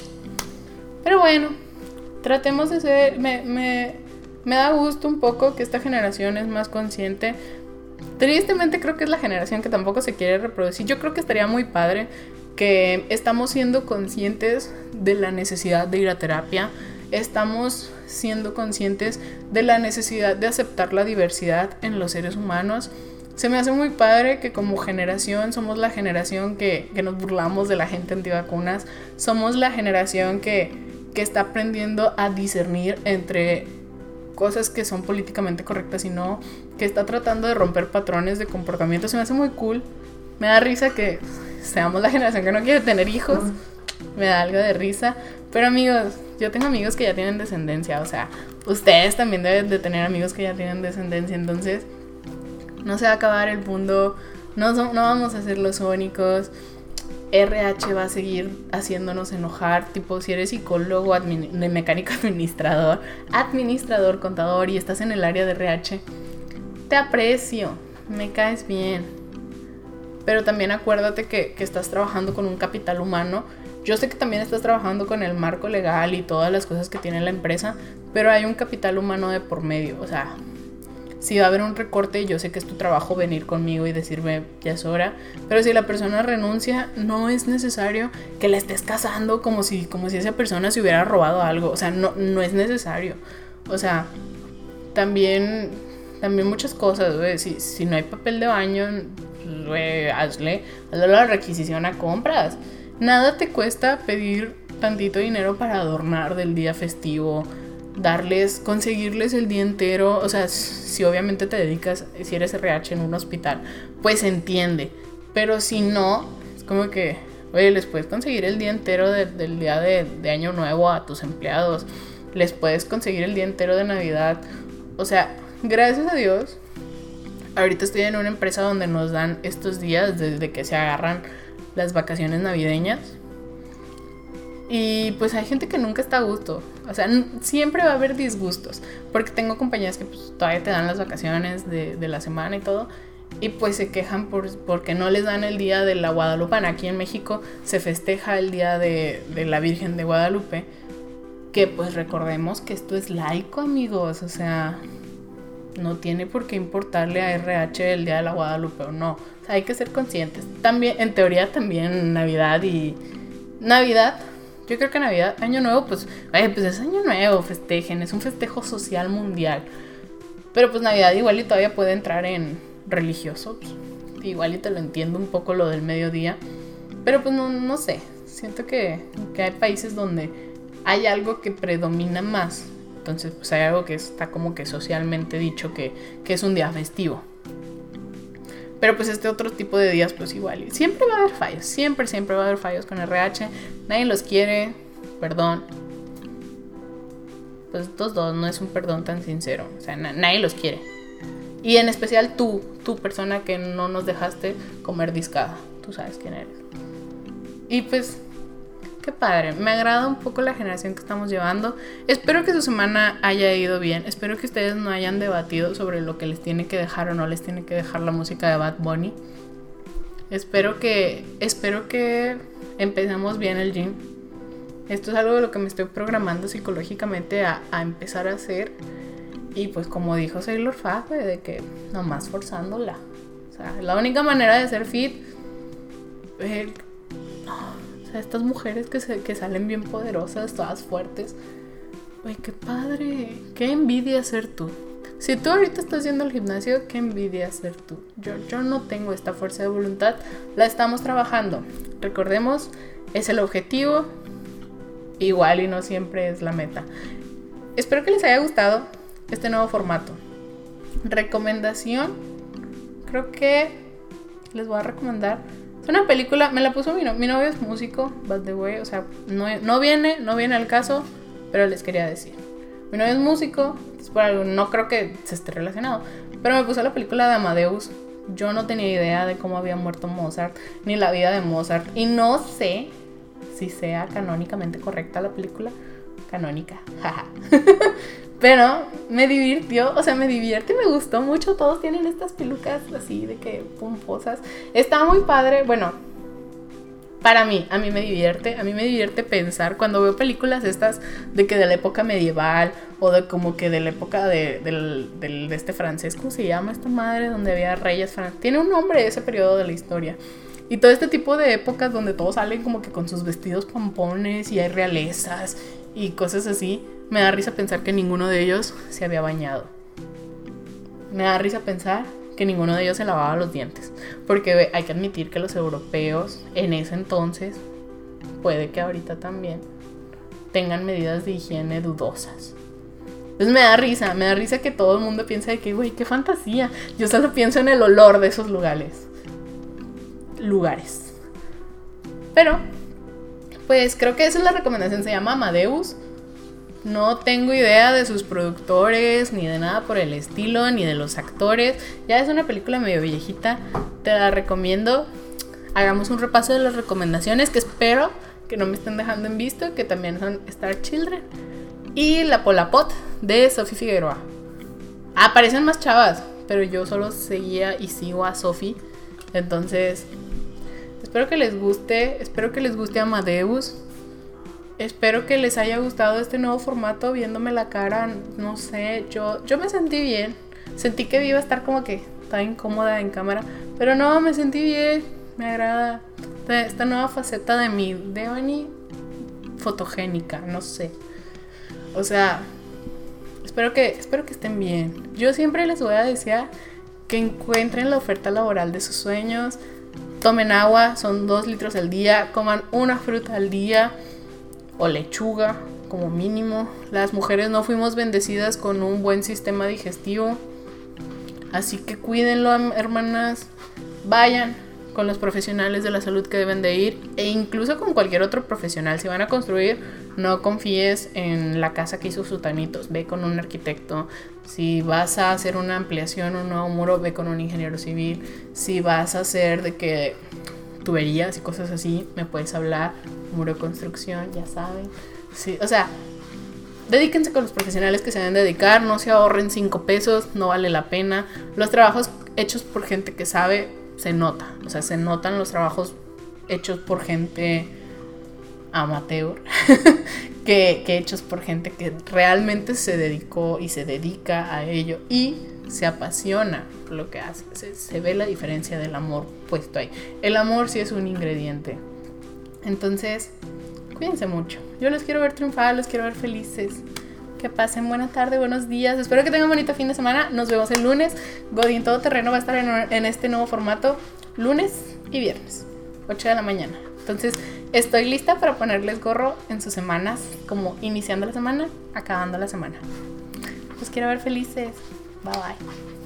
S1: Pero bueno, tratemos de ser, me, me, me da gusto un poco que esta generación es más consciente. Tristemente creo que es la generación que tampoco se quiere reproducir. Yo creo que estaría muy padre que estamos siendo conscientes de la necesidad de ir a terapia. Estamos siendo conscientes de la necesidad de aceptar la diversidad en los seres humanos. Se me hace muy padre que como generación somos la generación que, que nos burlamos de la gente antivacunas. Somos la generación que, que está aprendiendo a discernir entre cosas que son políticamente correctas y no, que está tratando de romper patrones de comportamiento. Se me hace muy cool. Me da risa que seamos la generación que no quiere tener hijos. Me da algo de risa. Pero amigos, yo tengo amigos que ya tienen descendencia. O sea, ustedes también deben de tener amigos que ya tienen descendencia. Entonces... no se va a acabar el mundo, no, so, no vamos a ser los únicos. R H va a seguir haciéndonos enojar, tipo si eres psicólogo, admin, mecánico administrador, administrador, contador y estás en el área de R H, te aprecio, me caes bien, pero también acuérdate que, que estás trabajando con un capital humano. Yo sé que también estás trabajando con el marco legal y todas las cosas que tiene la empresa, pero hay un capital humano de por medio, o sea... Si va a haber un recorte, yo sé que es tu trabajo venir conmigo y decirme ya es hora, pero si la persona renuncia, no es necesario que la estés cazando como si, como si esa persona se hubiera robado algo. O sea, no, no es necesario. O sea, también, también muchas cosas, güey. Si, si no hay papel de baño, güey, hazle, hazle la requisición a compras. Nada te cuesta pedir tantito dinero para adornar del día festivo, darles, conseguirles el día entero. O sea, si obviamente te dedicas, si eres R H en un hospital, pues entiende, pero si no, es como que, oye, les puedes conseguir el día entero de, del día de, de Año Nuevo a tus empleados, les puedes conseguir el día entero de Navidad. O sea, gracias a Dios, ahorita estoy en una empresa donde nos dan estos días desde que se agarran las vacaciones navideñas. Y pues hay gente que nunca está a gusto. O sea, n- siempre va a haber disgustos. Porque tengo compañeras que pues, todavía te dan las vacaciones de, de la semana y todo. Y pues se quejan por, porque no les dan el día de la Guadalupana. Aquí en México se festeja el día de, de la Virgen de Guadalupe. Que pues recordemos que esto es laico, amigos. O sea, no tiene por qué importarle a R H el día de la Guadalupe o no. O sea, hay que ser conscientes. También, en teoría también Navidad y... Navidad... Yo creo que Navidad, Año Nuevo, pues, oye, pues es Año Nuevo, festejen, es un festejo social mundial. Pero pues Navidad igual y todavía puede entrar en religioso, pues, igual y te lo entiendo un poco lo del mediodía. Pero pues no, no sé, siento que, que hay países donde hay algo que predomina más. Entonces pues hay algo que está como que socialmente dicho que, que es un día festivo. Pero pues este otro tipo de días pues igual. Siempre va a haber fallos. Siempre, siempre va a haber fallos con R H. Nadie los quiere. Perdón. Pues dos, dos. No es un perdón tan sincero. O sea, na- nadie los quiere. Y en especial tú. Tú, persona que no nos dejaste comer discada. Tú sabes quién eres. Y pues... Qué padre, me agrada un poco la generación que estamos llevando. Espero que su semana haya ido bien. Espero que ustedes no hayan debatido sobre lo que les tiene que dejar o no les tiene que dejar la música de Bad Bunny. Espero que, espero que empecemos bien el gym. Esto es algo de lo que me estoy programando psicológicamente a, a empezar a hacer. Y pues como dijo Sailor Fag, de que nomás forzándola. O sea, la única manera de ser fit... Eh, O sea, estas mujeres que, se, que salen bien poderosas, todas fuertes. Güey, qué padre. Qué envidia ser tú. Si tú ahorita estás yendo al gimnasio, qué envidia ser tú. Yo, yo no tengo esta fuerza de voluntad. La estamos trabajando. Recordemos, es el objetivo. Igual y no siempre es la meta. Espero que les haya gustado este nuevo formato. Recomendación. Creo que les voy a recomendar... Es una película, me la puso mi, no, mi novio es músico, by the way, o sea, no, no viene, no viene al caso, pero les quería decir. Mi novio es músico, es por algo, no creo que se esté relacionado, pero me puso la película de Amadeus. Yo no tenía idea de cómo había muerto Mozart, ni la vida de Mozart, y no sé si sea canónicamente correcta la película. Canónica, jaja. Pero me divirtió, o sea, me divierte y me gustó mucho. Todos tienen estas pelucas así de que pomposas. Está muy padre, bueno, para mí, a mí me divierte. A mí me divierte pensar cuando veo películas estas de que de la época medieval o de como que de la época de, de, de, de este francés, ¿cómo se llama esta madre? Donde había reyes franceses. Tiene un nombre ese periodo de la historia. Y todo este tipo de épocas donde todos salen como que con sus vestidos pompones y hay realezas y cosas así. Me da risa pensar que ninguno de ellos se había bañado. Me da risa pensar que ninguno de ellos se lavaba los dientes. Porque hay que admitir que los europeos en ese entonces, puede que ahorita también, tengan medidas de higiene dudosas. Entonces me da risa, me da risa que todo el mundo piensa de que, güey, qué fantasía. Yo solo pienso en el olor de esos lugares. Lugares. Pero, pues creo que esa es la recomendación. Se llama Amadeus. No tengo idea de sus productores, ni de nada por el estilo, ni de los actores. Ya es una película medio viejita. Te la recomiendo. Hagamos un repaso de las recomendaciones que espero que no me estén dejando en visto, que también son Star Children y La Polapot de Sofía Figueroa. Aparecen más chavas, pero yo solo seguía y sigo a Sophie. Entonces, espero que les guste. Espero que les guste Amadeus. Espero que les haya gustado este nuevo formato, viéndome la cara, no sé, yo, yo me sentí bien. Sentí que iba a estar como que estaba incómoda en cámara, pero no, me sentí bien, me agrada esta, esta nueva faceta de mi Devani fotogénica, no sé. O sea, espero que, espero que estén bien. Yo siempre les voy a desear que encuentren la oferta laboral de sus sueños, tomen agua, son dos litros al día, coman una fruta al día, o lechuga, como mínimo. Las mujeres no fuimos bendecidas con un buen sistema digestivo. Así que cuídenlo, hermanas. Vayan con los profesionales de la salud que deben de ir. E incluso con cualquier otro profesional. Si van a construir, No confíes en la casa que hizo Sutanitos, ve con un arquitecto. Si vas a hacer una ampliación, un nuevo muro, ve con un ingeniero civil. Si vas a hacer de que tuberías y cosas así, me puedes hablar. Muro de construcción, ya saben. Sí, o sea, dedíquense con los profesionales que se deben dedicar, no se ahorren cinco pesos, no vale la pena. Los trabajos hechos por gente que sabe, se nota. O sea, se notan los trabajos hechos por gente amateur que, que hechos por gente que realmente se dedicó y se dedica a ello y se apasiona por lo que hace. Se, se ve la diferencia del amor puesto ahí. El amor sí es un ingrediente. Entonces, cuídense mucho. Yo los quiero ver triunfar, los quiero ver felices. Que pasen buena tarde, buenos días. Espero que tengan un bonito fin de semana. Nos vemos el lunes. Godín Todoterreno va a estar en, en este nuevo formato lunes y viernes, ocho de la mañana. Entonces, estoy lista para ponerles gorro en sus semanas, como iniciando la semana, acabando la semana. Los quiero ver felices. Bye bye.